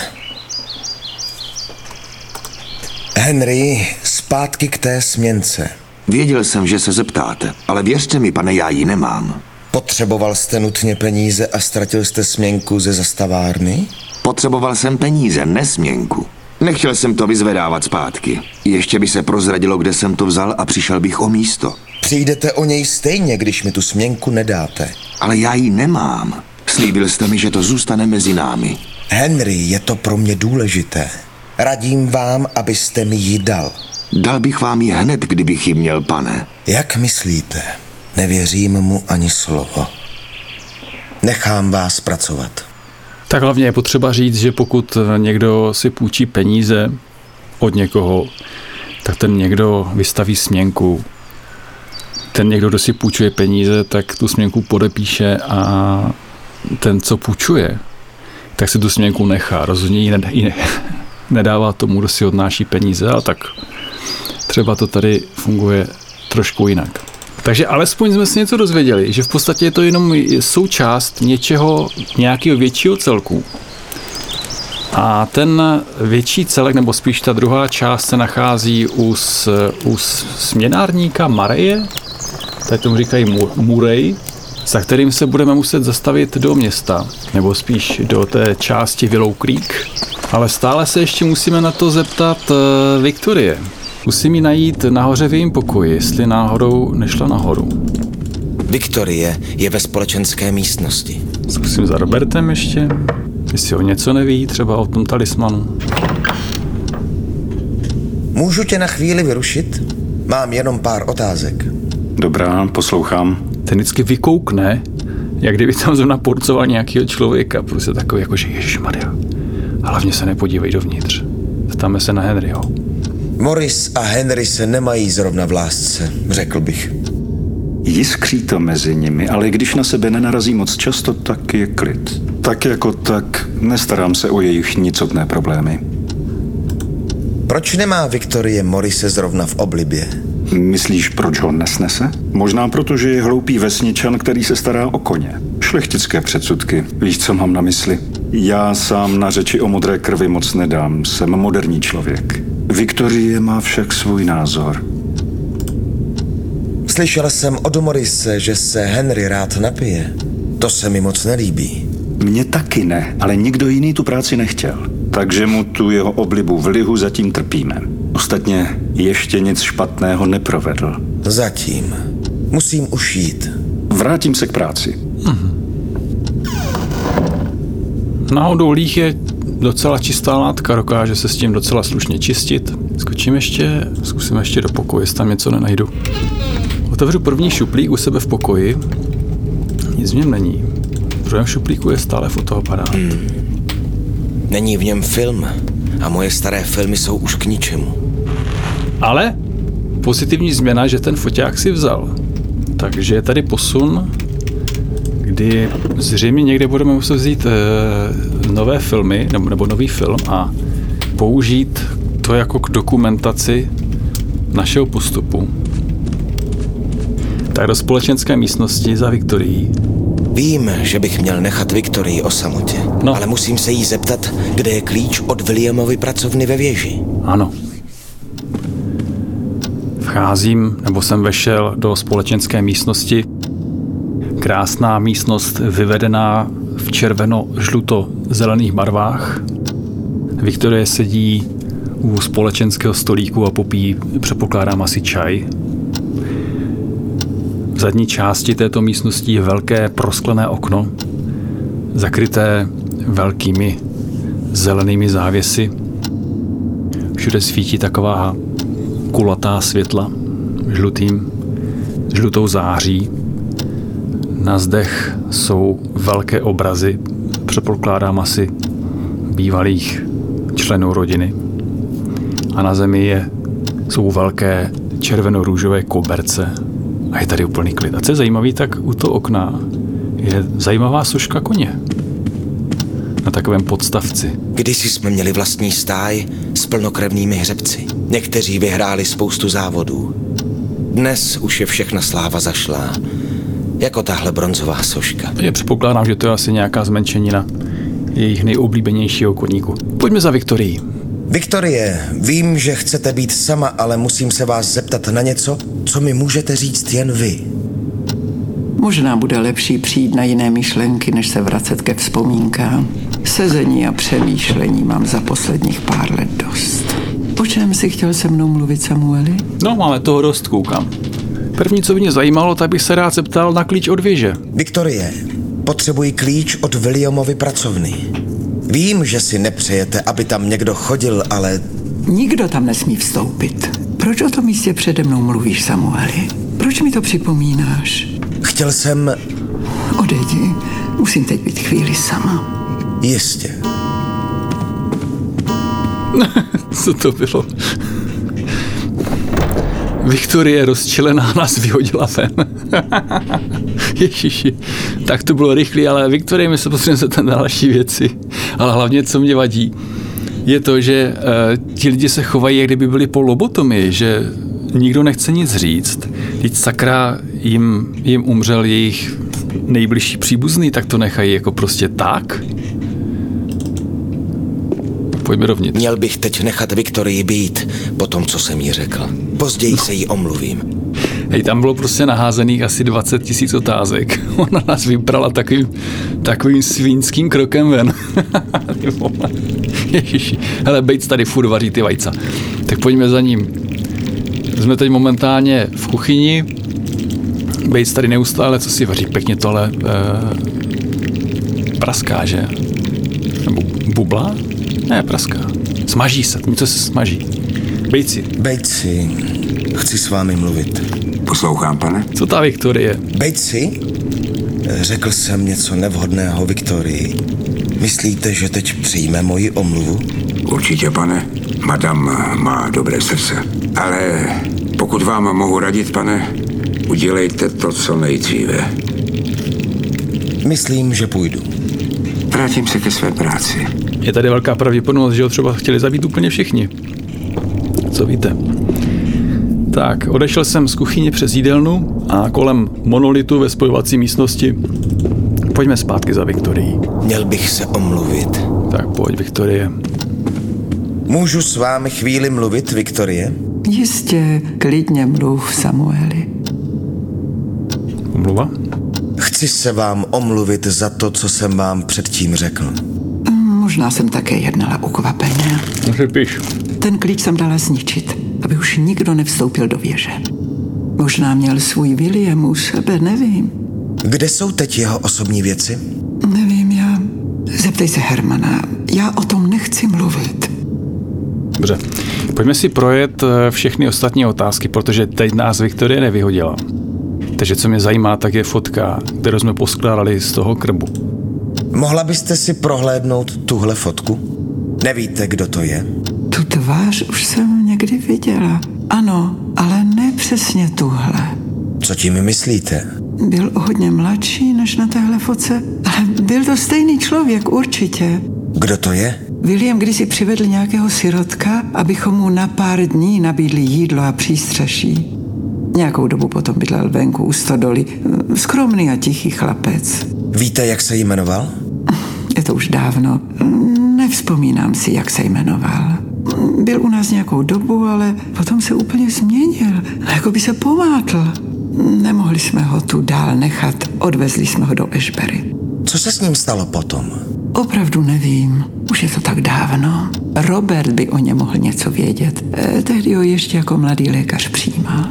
Henry, zpátky k té směnce. Věděl jsem, že se zeptáte, ale věřte mi, pane, já ji nemám. Potřeboval jste nutně peníze a ztratil jste směnku ze zastavárny? Potřeboval jsem peníze, ne směnku. Nechtěl jsem to vyzvedávat zpátky. Ještě by se prozradilo, kde jsem to vzal a přišel bych o místo. Přijdete o něj stejně, když mi tu směnku nedáte. Ale já ji nemám. Slíbil jste mi, že to zůstane mezi námi. Henry, je to pro mě důležité. Radím vám, abyste mi ji dal. Dal bych vám ji hned, kdybych ji měl, pane. Jak myslíte? Nevěřím mu ani slovo. Nechám vás pracovat. Tak hlavně je potřeba říct, že pokud někdo si půjčí peníze od někoho, tak ten někdo vystaví směnku. Ten někdo, kdo si půjčuje peníze, tak tu směnku podepíše a ten, co půjčuje, tak si tu směnku nechá. Rozhodně ji ne- ji nedává tomu, kdo si odnáší peníze, a tak třeba to tady funguje trošku jinak. Takže alespoň jsme si něco dozvěděli, že v podstatě je to jenom součást něčeho, nějakého většího celku. A ten větší celek, nebo spíš ta druhá část, se nachází u, s, u směnárníka Mareje, tady tomu říkají Murray, za kterým se budeme muset zastavit do města, nebo spíš do té části Willow Creek. Ale stále se ještě musíme na to zeptat uh, Viktorie. Musím ji najít nahoře v jejím pokoji, jestli náhodou nešla nahoru. Viktorie je ve společenské místnosti. Zkusím za Robertem ještě, jestli o něco neví, třeba o tom talismanu. Můžu tě na chvíli vyrušit? Mám jenom pár otázek. Dobrá, poslouchám. Ten vždycky vykoukne, jak kdyby tam zrovna porcoval nějakého člověka, prostě takový jako, že ježišmarja. Hlavně se nepodívej dovnitř. Ptáme se na Henryho. Morris a Henry se nemají zrovna v lásce, řekl bych. Jiskří to mezi nimi, ale když na sebe nenarazí moc často, tak je klid. Tak jako tak, nestarám se o jejich nicotné problémy. Proč nemá Viktorie Morrise zrovna v oblibě? Myslíš, proč ho nesnese? Možná proto, že je hloupý vesničan, který se stará o koně. Šlechtické předsudky. Víš, co mám na mysli? Já sám na řeči o modré krvi moc nedám. Jsem moderní člověk. Viktorie má však svůj názor. Slyšel jsem od Morrise, že se Henry rád napije. To se mi moc nelíbí. Mně taky ne, ale nikdo jiný tu práci nechtěl. Takže mu tu jeho oblibu v lihu zatím trpíme. Ostatně ještě nic špatného neprovedl. Zatím. Musím už jít. Vrátím se k práci. Mhm. Náhodou líh je docela čistá látka, dokáže se s tím docela slušně čistit. Skočím ještě, zkusím ještě do pokoje, jestli tam něco nenajdu. Otevřu první šuplík u sebe v pokoji Nic v něm není. V druhém šuplíku je stále fotoaparát. Hmm. Není v něm film a moje staré filmy jsou už k ničemu. Ale pozitivní změna, že ten foťák si vzal. Takže je tady posun, kdy zřejmě někde budeme muset vzít e, nové filmy nebo, nebo nový film a použít to jako k dokumentaci našeho postupu. Tak do společenské místnosti za Viktorií. Vím, že bych měl nechat Viktorii o samotě, no. Ale musím se jí zeptat, kde je klíč od Williamovy pracovny ve věži. Ano. Vcházím, nebo jsem vešel do společenské místnosti. Krásná místnost vyvedená v červeno-žluto-zelených barvách. Viktorie sedí u společenského stolíku a popíjí, předpokládám, asi čaj. V zadní části této místnosti je velké prosklené okno, zakryté velkými zelenými závěsy. Všude svítí taková kulatá světla žlutým, žlutou září. Na zdech jsou velké obrazy, předpokládám asi bývalých členů rodiny. A na zemi je, jsou velké červeno-růžové koberce. A je tady úplný klid. A co je zajímavý, tak u toho okna je zajímavá soška koně. Na takovém podstavci. Kdysi jsme měli vlastní stáj s plnokrevnými hřebci. Někteří vyhráli spoustu závodů. Dnes už je všechna sláva zašlá. Jako tahle bronzová soška. Je předpokládám, že to je asi nějaká zmenšenina jejich nejoblíbenějšího koníku. Pojďme za Viktorií. Viktorie, vím, že chcete být sama, ale musím se vás zeptat na něco, co mi můžete říct jen vy. Možná bude lepší přijít na jiné myšlenky, než se vracet ke vzpomínkám. Sezení a přemýšlení mám za posledních pár let dost. O čem si chtěl se mnou mluvit, Samueli? No, máme toho dost, koukám. První, co mě zajímalo, tak bych se rád zeptal na klíč od věže. Viktorie, potřebuji klíč od Williamovy pracovny. Vím, že si nepřejete, aby tam někdo chodil, ale... Nikdo tam nesmí vstoupit. Proč o tom místě přede mnou mluvíš, Samueli? Proč mi to připomínáš? Chtěl jsem... Odejdi, musím teď být chvíli sama. Jistě. Co to bylo? Viktorie rozčilená nás vyhodila ven. Ježiši, tak to bylo rychlé, ale Viktorie, my se posuneme se tam na další věci. Ale hlavně, co mě vadí, je to, že uh, ti lidi se chovají, jak kdyby byli po lobotomii, že nikdo nechce nic říct. Teď sakra jim, jim umřel jejich nejbližší příbuzný, tak to nechají jako prostě tak. Pojďme dovnitř. Měl bych teď nechat Viktorii být po tom, co jsem jí řekl. Později no. se jí omluvím. Hej, tam bylo prostě naházených asi dvacet tisíc otázek. Ona nás vybrala takovým, takovým svínským krokem ven. Ježiši. Hele, Bates tady furt vaří ty vajca. Tak pojďme za ním. Jsme teď momentálně v kuchyni. Bates tady neustále, co si vaří, pěkně tohle eh, praská, že? Nebo bubla? Ne, praská. Smaží se, něco se smaží. Batesi. Batesi, chci s vámi mluvit. Poslouchám, pane. Co ta Viktorie? Batesi, řekl jsem něco nevhodného Viktorii. Myslíte, že teď přijme moji omluvu? Určitě, pane. Madam má dobré srdce. Ale pokud vám mohu radit, pane, udělejte to co nejdříve. Myslím, že půjdu. Vrátím se ke své práci. Je tady velká pravděpodobnost, že ho třeba chtěli zabít úplně všichni. Co víte? Tak, odešel jsem z kuchyně přes jídelnu a kolem monolitu ve spojovací místnosti. Pojďme zpátky za Viktorií. Měl bych se omluvit. Tak pojď, Viktorie. Můžu s vámi chvíli mluvit, Viktorie? Jistě, klidně mluv, Samueli. Omluva? Chci se vám omluvit za to, co jsem vám předtím řekl. Možná jsem také jednala ukvapeně. Může píš. Ten klíč jsem dala zničit, aby už nikdo nevstoupil do věže. Možná měl svůj William u sebe, nevím. Kde jsou teď jeho osobní věci? Nevím, já... Zeptej se Hermana, já o tom nechci mluvit. Dobře, pojďme si projet všechny ostatní otázky, protože teď nás Viktorie nevyhodila. Takže co mě zajímá, tak je fotka, kterou jsme poskládali z toho krbu. Mohla byste si prohlédnout tuhle fotku? Nevíte, kdo to je? Tu tvář už jsem někdy viděla. Ano, ale ne přesně tuhle. Co tím myslíte? Byl hodně mladší než na téhle fotce, ale byl to stejný člověk určitě. Kdo to je? William kdysi přivedl nějakého sirotka, abychom mu na pár dní nabídli jídlo a přístřeší. Nějakou dobu potom bydlel venku u stodoly. Skromný a tichý chlapec. Víte, jak se jmenoval? Je to už dávno. Nevzpomínám si, jak se jmenoval. Byl u nás nějakou dobu, ale potom se úplně změnil. Jako by se pomátl. Nemohli jsme ho tu dál nechat. Odvezli jsme ho do Ashbury. Co se s ním stalo potom? Opravdu nevím. Už je to tak dávno. Robert by o něm mohl něco vědět. E, tehdy ho ještě jako mladý lékař přijímal.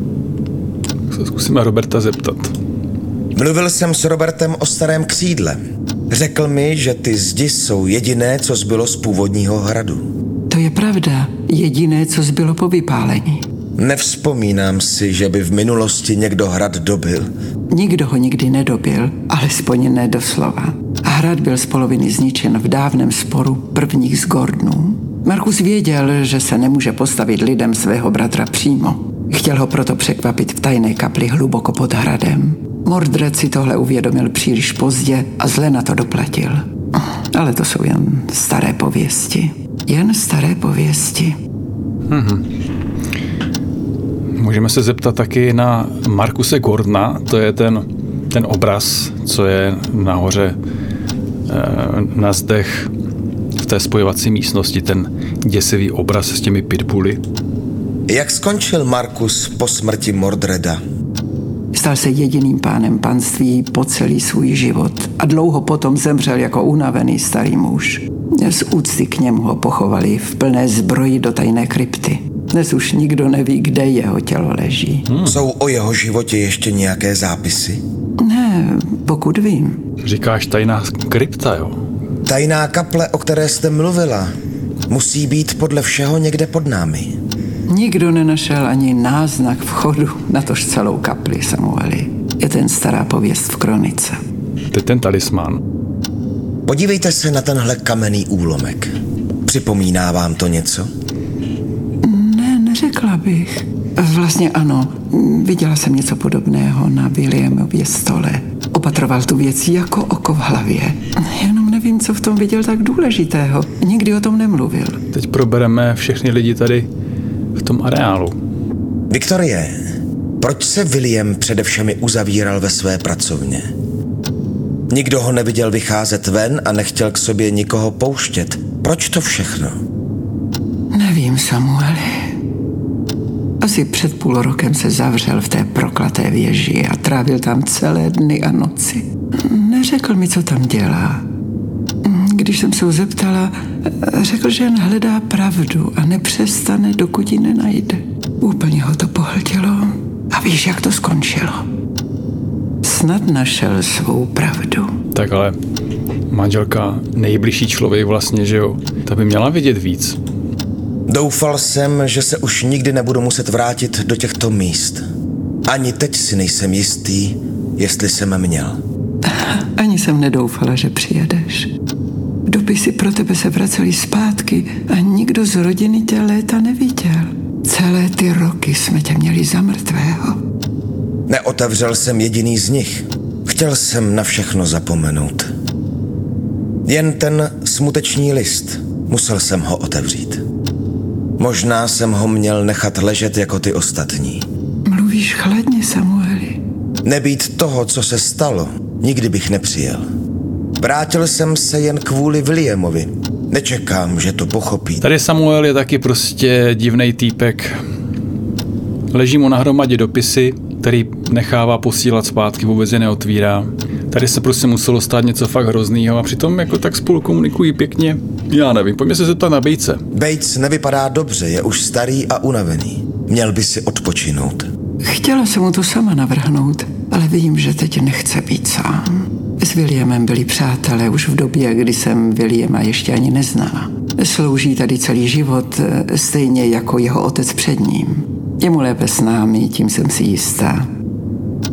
Se zkusíme Roberta zeptat. Mluvil jsem s Robertem o starém křídle. Řekl mi, že ty zdi jsou jediné, co zbylo z původního hradu. To je pravda. Jediné, co zbylo po vypálení. Nevzpomínám si, že by v minulosti někdo hrad dobil. Nikdo ho nikdy nedobil, alespoň ne doslova. Hrad byl z poloviny zničen v dávném sporu prvních z Gordonů. Markus věděl, že se nemůže postavit lidem svého bratra přímo. Chtěl ho proto překvapit v tajné kapli hluboko pod hradem. Mordred si tohle uvědomil příliš pozdě a zle na to doplatil. Ale to jsou jen staré pověsti. Jen staré pověsti. Mhm. Můžeme se zeptat taky na Markuse Gordona, to je ten, ten obraz, co je nahoře na zdech v té spojovací místnosti, ten děsivý obraz s těmi pitbully. Jak skončil Markus po smrti Mordreda? Stal se jediným pánem panství po celý svůj život a dlouho potom zemřel jako unavený starý muž. Z úcty k němu ho pochovali v plné zbroji do tajné krypty. Dnes už nikdo neví, kde jeho tělo leží. Hmm. Jsou o jeho životě ještě nějaké zápisy? Ne, pokud vím. Říkáš tajná krypta, jo? Tajná kaple, o které jste mluvila, musí být podle všeho někde pod námi. Nikdo nenašel ani náznak vchodu, natož celou kapli, Samueli. Je ten stará pověst v kronice. To je ten talismán. Podívejte se na tenhle kamenný úlomek. Připomíná vám to něco? Ne, neřekla bych. Vlastně ano, viděla jsem něco podobného na Williamově stole. Opatroval tu věc jako oko v hlavě. Jenom nevím, co v tom viděl tak důležitého. Nikdy o tom nemluvil. Teď probereme všechny lidi tady v tom areálu. Viktorie, proč se William přede všemi uzavíral ve své pracovně? Nikdo ho neviděl vycházet ven a nechtěl k sobě nikoho pouštět. Proč to všechno? Nevím, Samueli. Asi před půl rokem se zavřel v té proklaté věži a trávil tam celé dny a noci. Neřekl mi, co tam dělá. Když jsem se ho zeptala, řekl, že jen hledá pravdu a nepřestane, dokud ji nenajde. Úplně ho to pohltilo. A víš, jak to skončilo? Snad našel svou pravdu. Tak ale manželka, nejbližší člověk vlastně, že jo? Ta by měla vědět víc. Doufal jsem, že se už nikdy nebudu muset vrátit do těchto míst. Ani teď si nejsem jistý, jestli jsem měl. Ani jsem nedoufala, že přijedeš. Dopisy pro tebe se vracely zpátky a nikdo z rodiny tě léta neviděl. Celé ty roky jsme tě měli za mrtvého. Neotevřel jsem jediný z nich. Chtěl jsem na všechno zapomenout. Jen ten smuteční list. Musel jsem ho otevřít. Možná jsem ho měl nechat ležet jako ty ostatní. Mluvíš chladně, Samueli. Nebýt toho, co se stalo, nikdy bych nepřijel. Vrátil jsem se jen kvůli Williamovi. Nečekám, že to pochopí. Tady Samuel je taky prostě divnej týpek. Leží mu na hromadě dopisy, který nechává posílat zpátky, vůbec je neotvírá. Tady se prostě muselo stát něco fakt hroznýho a přitom jako tak spolu komunikují pěkně. Já nevím, pojďme se zeptat na Batese. Bates nevypadá dobře, je už starý a unavený. Měl by si odpočinout. Chtěla jsem mu to sama navrhnout, ale vím, že teď nechce být sám. S Williamem byli přátelé už v době, kdy jsem Williama ještě ani neznala. Slouží tady celý život, stejně jako jeho otec před ním. Je mu lépe s námi, tím jsem si jistá.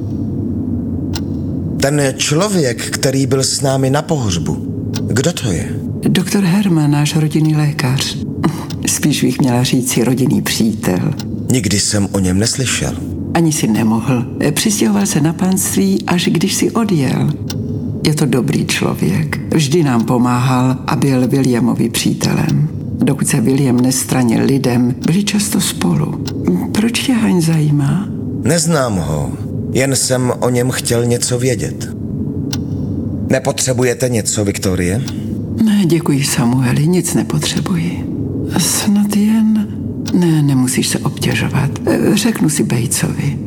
Ten člověk, který byl s námi na pohřbu, kdo to je? Doktor Herman, náš rodinný lékař. Spíš bych měla říci rodinný přítel. Nikdy jsem o něm neslyšel. Ani si nemohl. Přistěhoval se na panství, až když si odjel. Je to dobrý člověk. Vždy nám pomáhal a byl Williamovi přítelem. Dokud se William nestranil lidem, byli často spolu. Proč tě Hein zajímá? Neznám ho, jen jsem o něm chtěl něco vědět. Nepotřebujete něco, Viktorie? Ne, děkuji, Samueli, nic nepotřebuji. Snad jen... Ne, nemusíš se obtěžovat. Řeknu si Batesovi.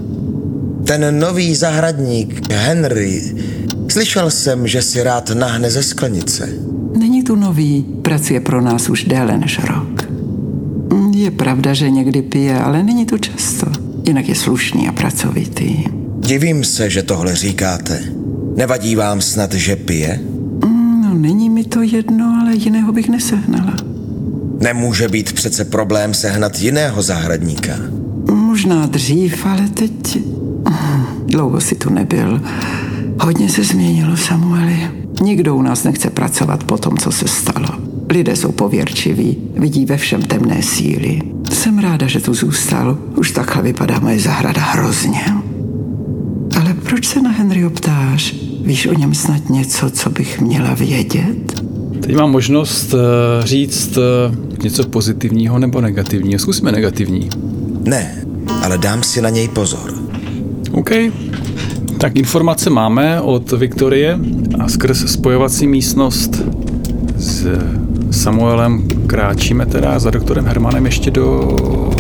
Ten nový zahradník, Henry, slyšel jsem, že si rád nahne ze sklenice. Není tu nový, pracuje pro nás už déle než rok. Je pravda, že někdy pije, ale není to často. Jinak je slušný a pracovitý. Divím se, že tohle říkáte. Nevadí vám snad, že pije? No, není mi to jedno, ale jiného bych nesehnala. Nemůže být přece problém sehnat jiného zahradníka. Možná dřív, ale teď... Dlouho si tu nebyl. Hodně se změnilo, Samueli. Nikdo u nás nechce pracovat po tom, co se stalo. Lidé jsou pověrčiví, vidí ve všem temné síly. Jsem ráda, že tu zůstal. Už takhle vypadá moje zahrada hrozně. Ale proč se na Henryho ptáš? Víš o něm snad něco, co bych měla vědět? Teď mám možnost uh, říct uh, něco pozitivního nebo negativního. Zkusíme negativní. Ne, ale dám si na něj pozor. OK. Tak informace máme od Viktorie a skrz spojovací místnost s Samuelem kráčíme teda za doktorem Hermanem ještě do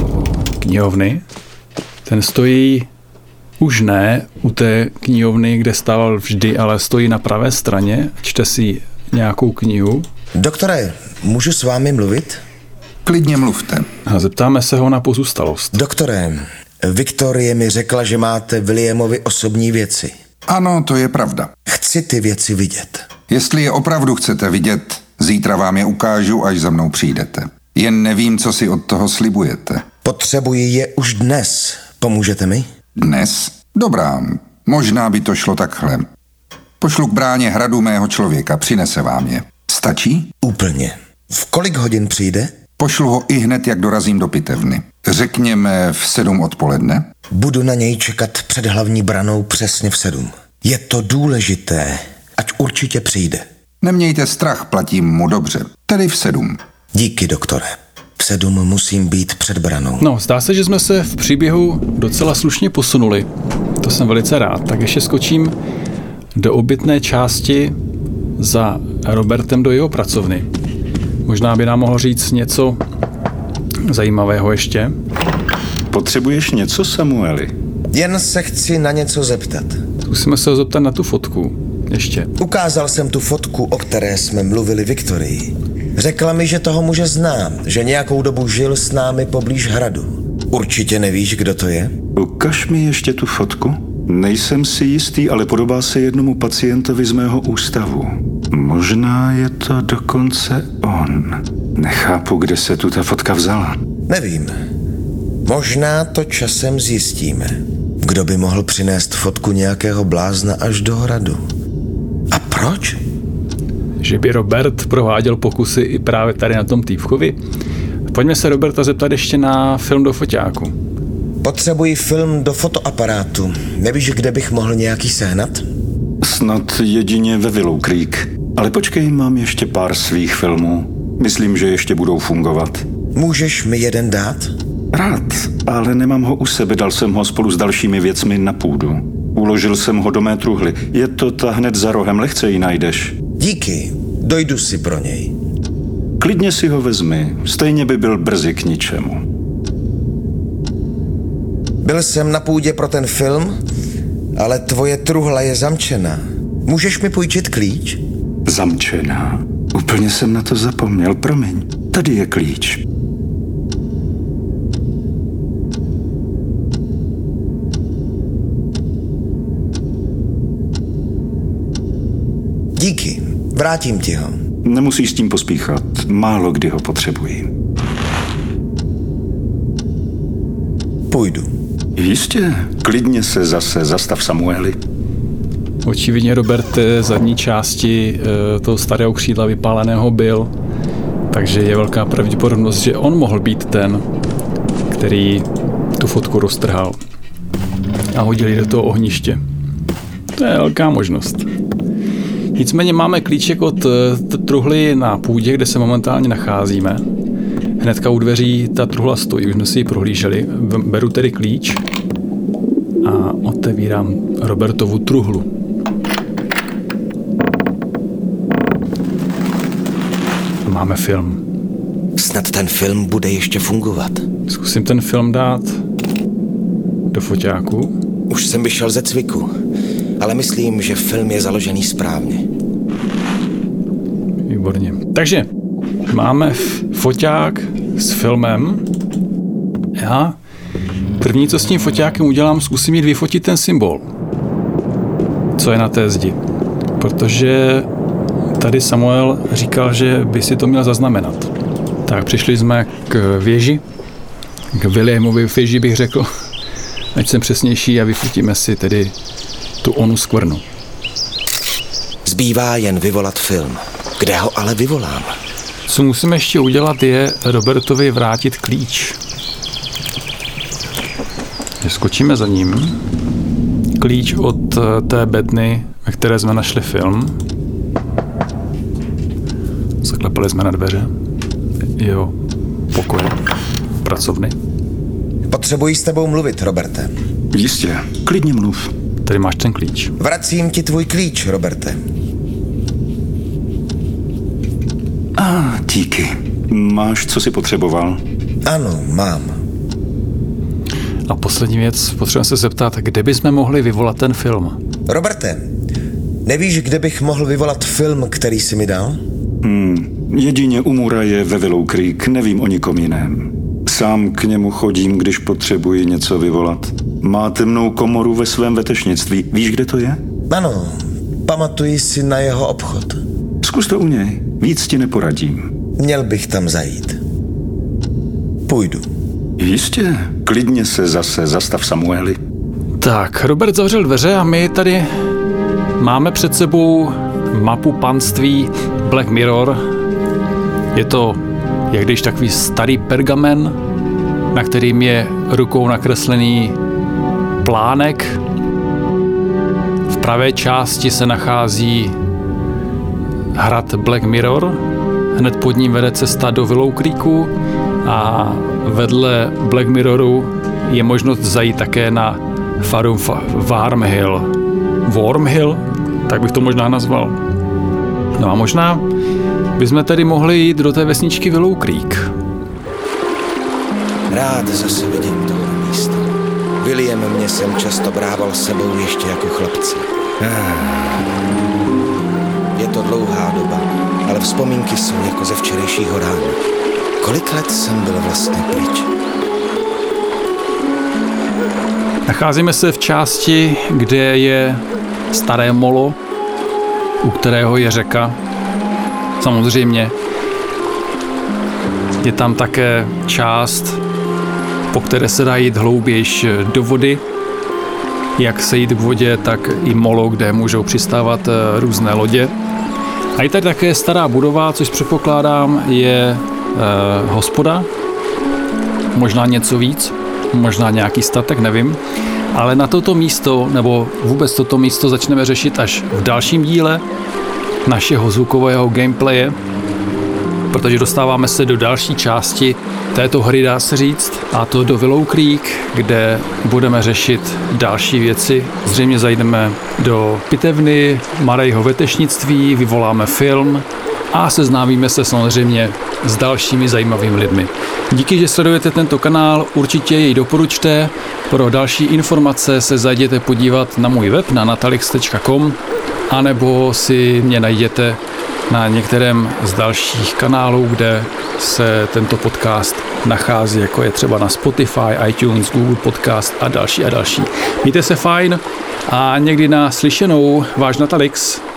knihovny. Ten stojí už ne u té knihovny, kde stával vždy, ale stojí na pravé straně, čte si nějakou knihu. Doktore, můžu s vámi mluvit? Klidně mluvte. A zeptáme se ho na pozůstalost. Doktore, Viktorie mi řekla, že máte Williamovi osobní věci. Ano, to je pravda. Chci ty věci vidět. Jestli je opravdu chcete vidět, zítra vám je ukážu, až za mnou přijdete. Jen nevím, co si od toho slibujete. Potřebuji je už dnes. Pomůžete mi? Dnes? Dobrá, možná by to šlo takhle. Pošlu k bráně hradu mého člověka, přinese vám je. Stačí? Úplně. V kolik hodin přijde? Pošlu ho i hned, jak dorazím do pitevny. Řekněme v sedm odpoledne. Budu na něj čekat před hlavní branou přesně v sedm. Je to důležité, ať určitě přijde. Nemějte strach, platím mu dobře. Tedy v sedm. Díky, doktore. V sedm musím být před branou. No, zdá se, že jsme se v příběhu docela slušně posunuli. To jsem velice rád. Tak ještě skočím do obytné části za Robertem do jeho pracovny. Možná by nám mohl říct něco zajímavého ještě. Potřebuješ něco, Samueli? Jen se chci na něco zeptat. Zkusíme se ho zeptat na tu fotku. Ještě. Ukázal jsem tu fotku, o které jsme mluvili Viktorii. Řekla mi, že toho muže znám, že nějakou dobu žil s námi poblíž hradu. Určitě nevíš, kdo to je? Ukaž mi ještě tu fotku. Nejsem si jistý, ale podobá se jednomu pacientovi z mého ústavu. Možná je to dokonce on. Nechápu, kde se tu ta fotka vzala. Nevím. Možná to časem zjistíme. Kdo by mohl přinést fotku nějakého blázna až do hradu? A proč? Že by Robert prováděl pokusy i právě tady na tom týpkovi? Pojďme se Roberta zeptat ještě na film do foťáku. Potřebuji film do fotoaparátu. Nevíš, kde bych mohl nějaký sehnat? Snad jedině ve Willow Creek. Ale počkej, mám ještě pár svých filmů. Myslím, že ještě budou fungovat. Můžeš mi jeden dát? Rád, ale nemám ho u sebe, dal jsem ho spolu s dalšími věcmi na půdu. Uložil jsem ho do mé truhly. Je to ta hned za rohem, lehce ji najdeš. Díky, dojdu si pro něj. Klidně si ho vezmi, stejně by byl brzy k ničemu. Byl jsem na půdě pro ten film, ale tvoje truhla je zamčená. Můžeš mi půjčit klíč? Zamčená? Úplně jsem na to zapomněl, promiň. Tady je klíč. Díky, vrátím ti ho. Nemusíš s tím pospíchat, málo kdy ho potřebuji. Půjdu. Jistě, klidně se zase zastav, Samueli. Očividně Robert zadní části toho starého křídla vypáleného byl, takže je velká pravděpodobnost, že on mohl být ten, který tu fotku roztrhal a hodil ji do toho ohniště. To je velká možnost. Nicméně máme klíček od truhly na půdě, kde se momentálně nacházíme. Hnedka u dveří ta truhla stojí, už jsme si ji prohlíželi. Beru tedy klíč a otevírám Robertovu truhlu. Máme film. Snad ten film bude ještě fungovat. Zkusím ten film dát do foťáku. Už jsem vyšel ze cviku, ale myslím, že film je založený správně. Výborně. Takže máme foťák s filmem. Já první, co s tím foťákem udělám, zkusím jít vyfotit ten symbol, co je na té zdi. Protože tady Samuel říkal, že by si to měl zaznamenat. Tak přišli jsme k věži, k Williamově věži bych řekl, ať jsem přesnější a vyfotíme si tedy tu onu skvrnu. Zbývá jen vyvolat film. Kde ho ale vyvolám? Co musíme ještě udělat, je Robertovi vrátit klíč. Skočíme za ním. Klíč od té bedny, ve které jsme našli film. Zaklepali jsme na dveře. Jo, pokoje, pracovny. Potřebuji s tebou mluvit, Roberte. Jistě, klidně mluv. Tady máš ten klíč. Vracím ti tvůj klíč, Roberte. Ah, díky. Máš, co jsi potřeboval? Ano, mám. A poslední věc, potřebujeme se zeptat, kde bychom mohli vyvolat ten film? Roberte, nevíš, kde bych mohl vyvolat film, který jsi mi dal? Hmm, jedině u Muraje ve Willow Creek, nevím o nikom jiném. Sám k němu chodím, když potřebuji něco vyvolat. Má temnou komoru ve svém vetešnictví. Víš, kde to je? Ano, pamatuji si na jeho obchod. Zkus to u něj, víc ti neporadím. Měl bych tam zajít. Půjdu. Jistě, klidně se zase zastav, Samueli. Tak, Robert zavřel dveře a my tady máme před sebou mapu panství Black Mirror. Je to, jak když takový starý pergamen, na kterým je rukou nakreslený plánek. V pravé části se nachází hrad Black Mirror, hned pod ním vede cesta do Willow Creeku a vedle Black Mirroru je možnost zajít také na faru Wormhill. Wormhill? Tak bych to možná nazval. No a možná bychom tedy mohli jít do té vesničky Willow Creek. Rád zase vidím tohle místo. William mě sem často brával s sebou ještě jako chlapce. Je to dlouhá doba, ale vzpomínky jsou jako ze včerejšího rána. Kolik let jsem byl vlastně pryč? Nacházíme se v části, kde je staré molo, u kterého je řeka. Samozřejmě je tam také část, po které se dá jít hloubějš do vody. Jak se jít k vodě, tak i molo, kde můžou přistávat různé lodě. A je tady také stará budova, což předpokládám je eh, hospoda, možná něco víc, možná nějaký statek, nevím. Ale na toto místo, nebo vůbec toto místo začneme řešit až v dalším díle našeho zvukového gameplaye, protože dostáváme se do další části této hry, dá se říct, a to do Willow Creek, kde budeme řešit další věci. Zřejmě zajdeme do pitevny Murrayho vetešnictví, vyvoláme film a seznámíme se samozřejmě s dalšími zajímavými lidmi. Díky, že sledujete tento kanál, určitě jej doporučte. Pro další informace se zajděte podívat na můj web na natalix tečka com anebo si mě najděte na některém z dalších kanálů, kde se tento podcast nachází, jako je třeba na Spotify, iTunes, Google Podcast a další a další. Mějte se fajn a někdy na slyšenou, váš Natalix.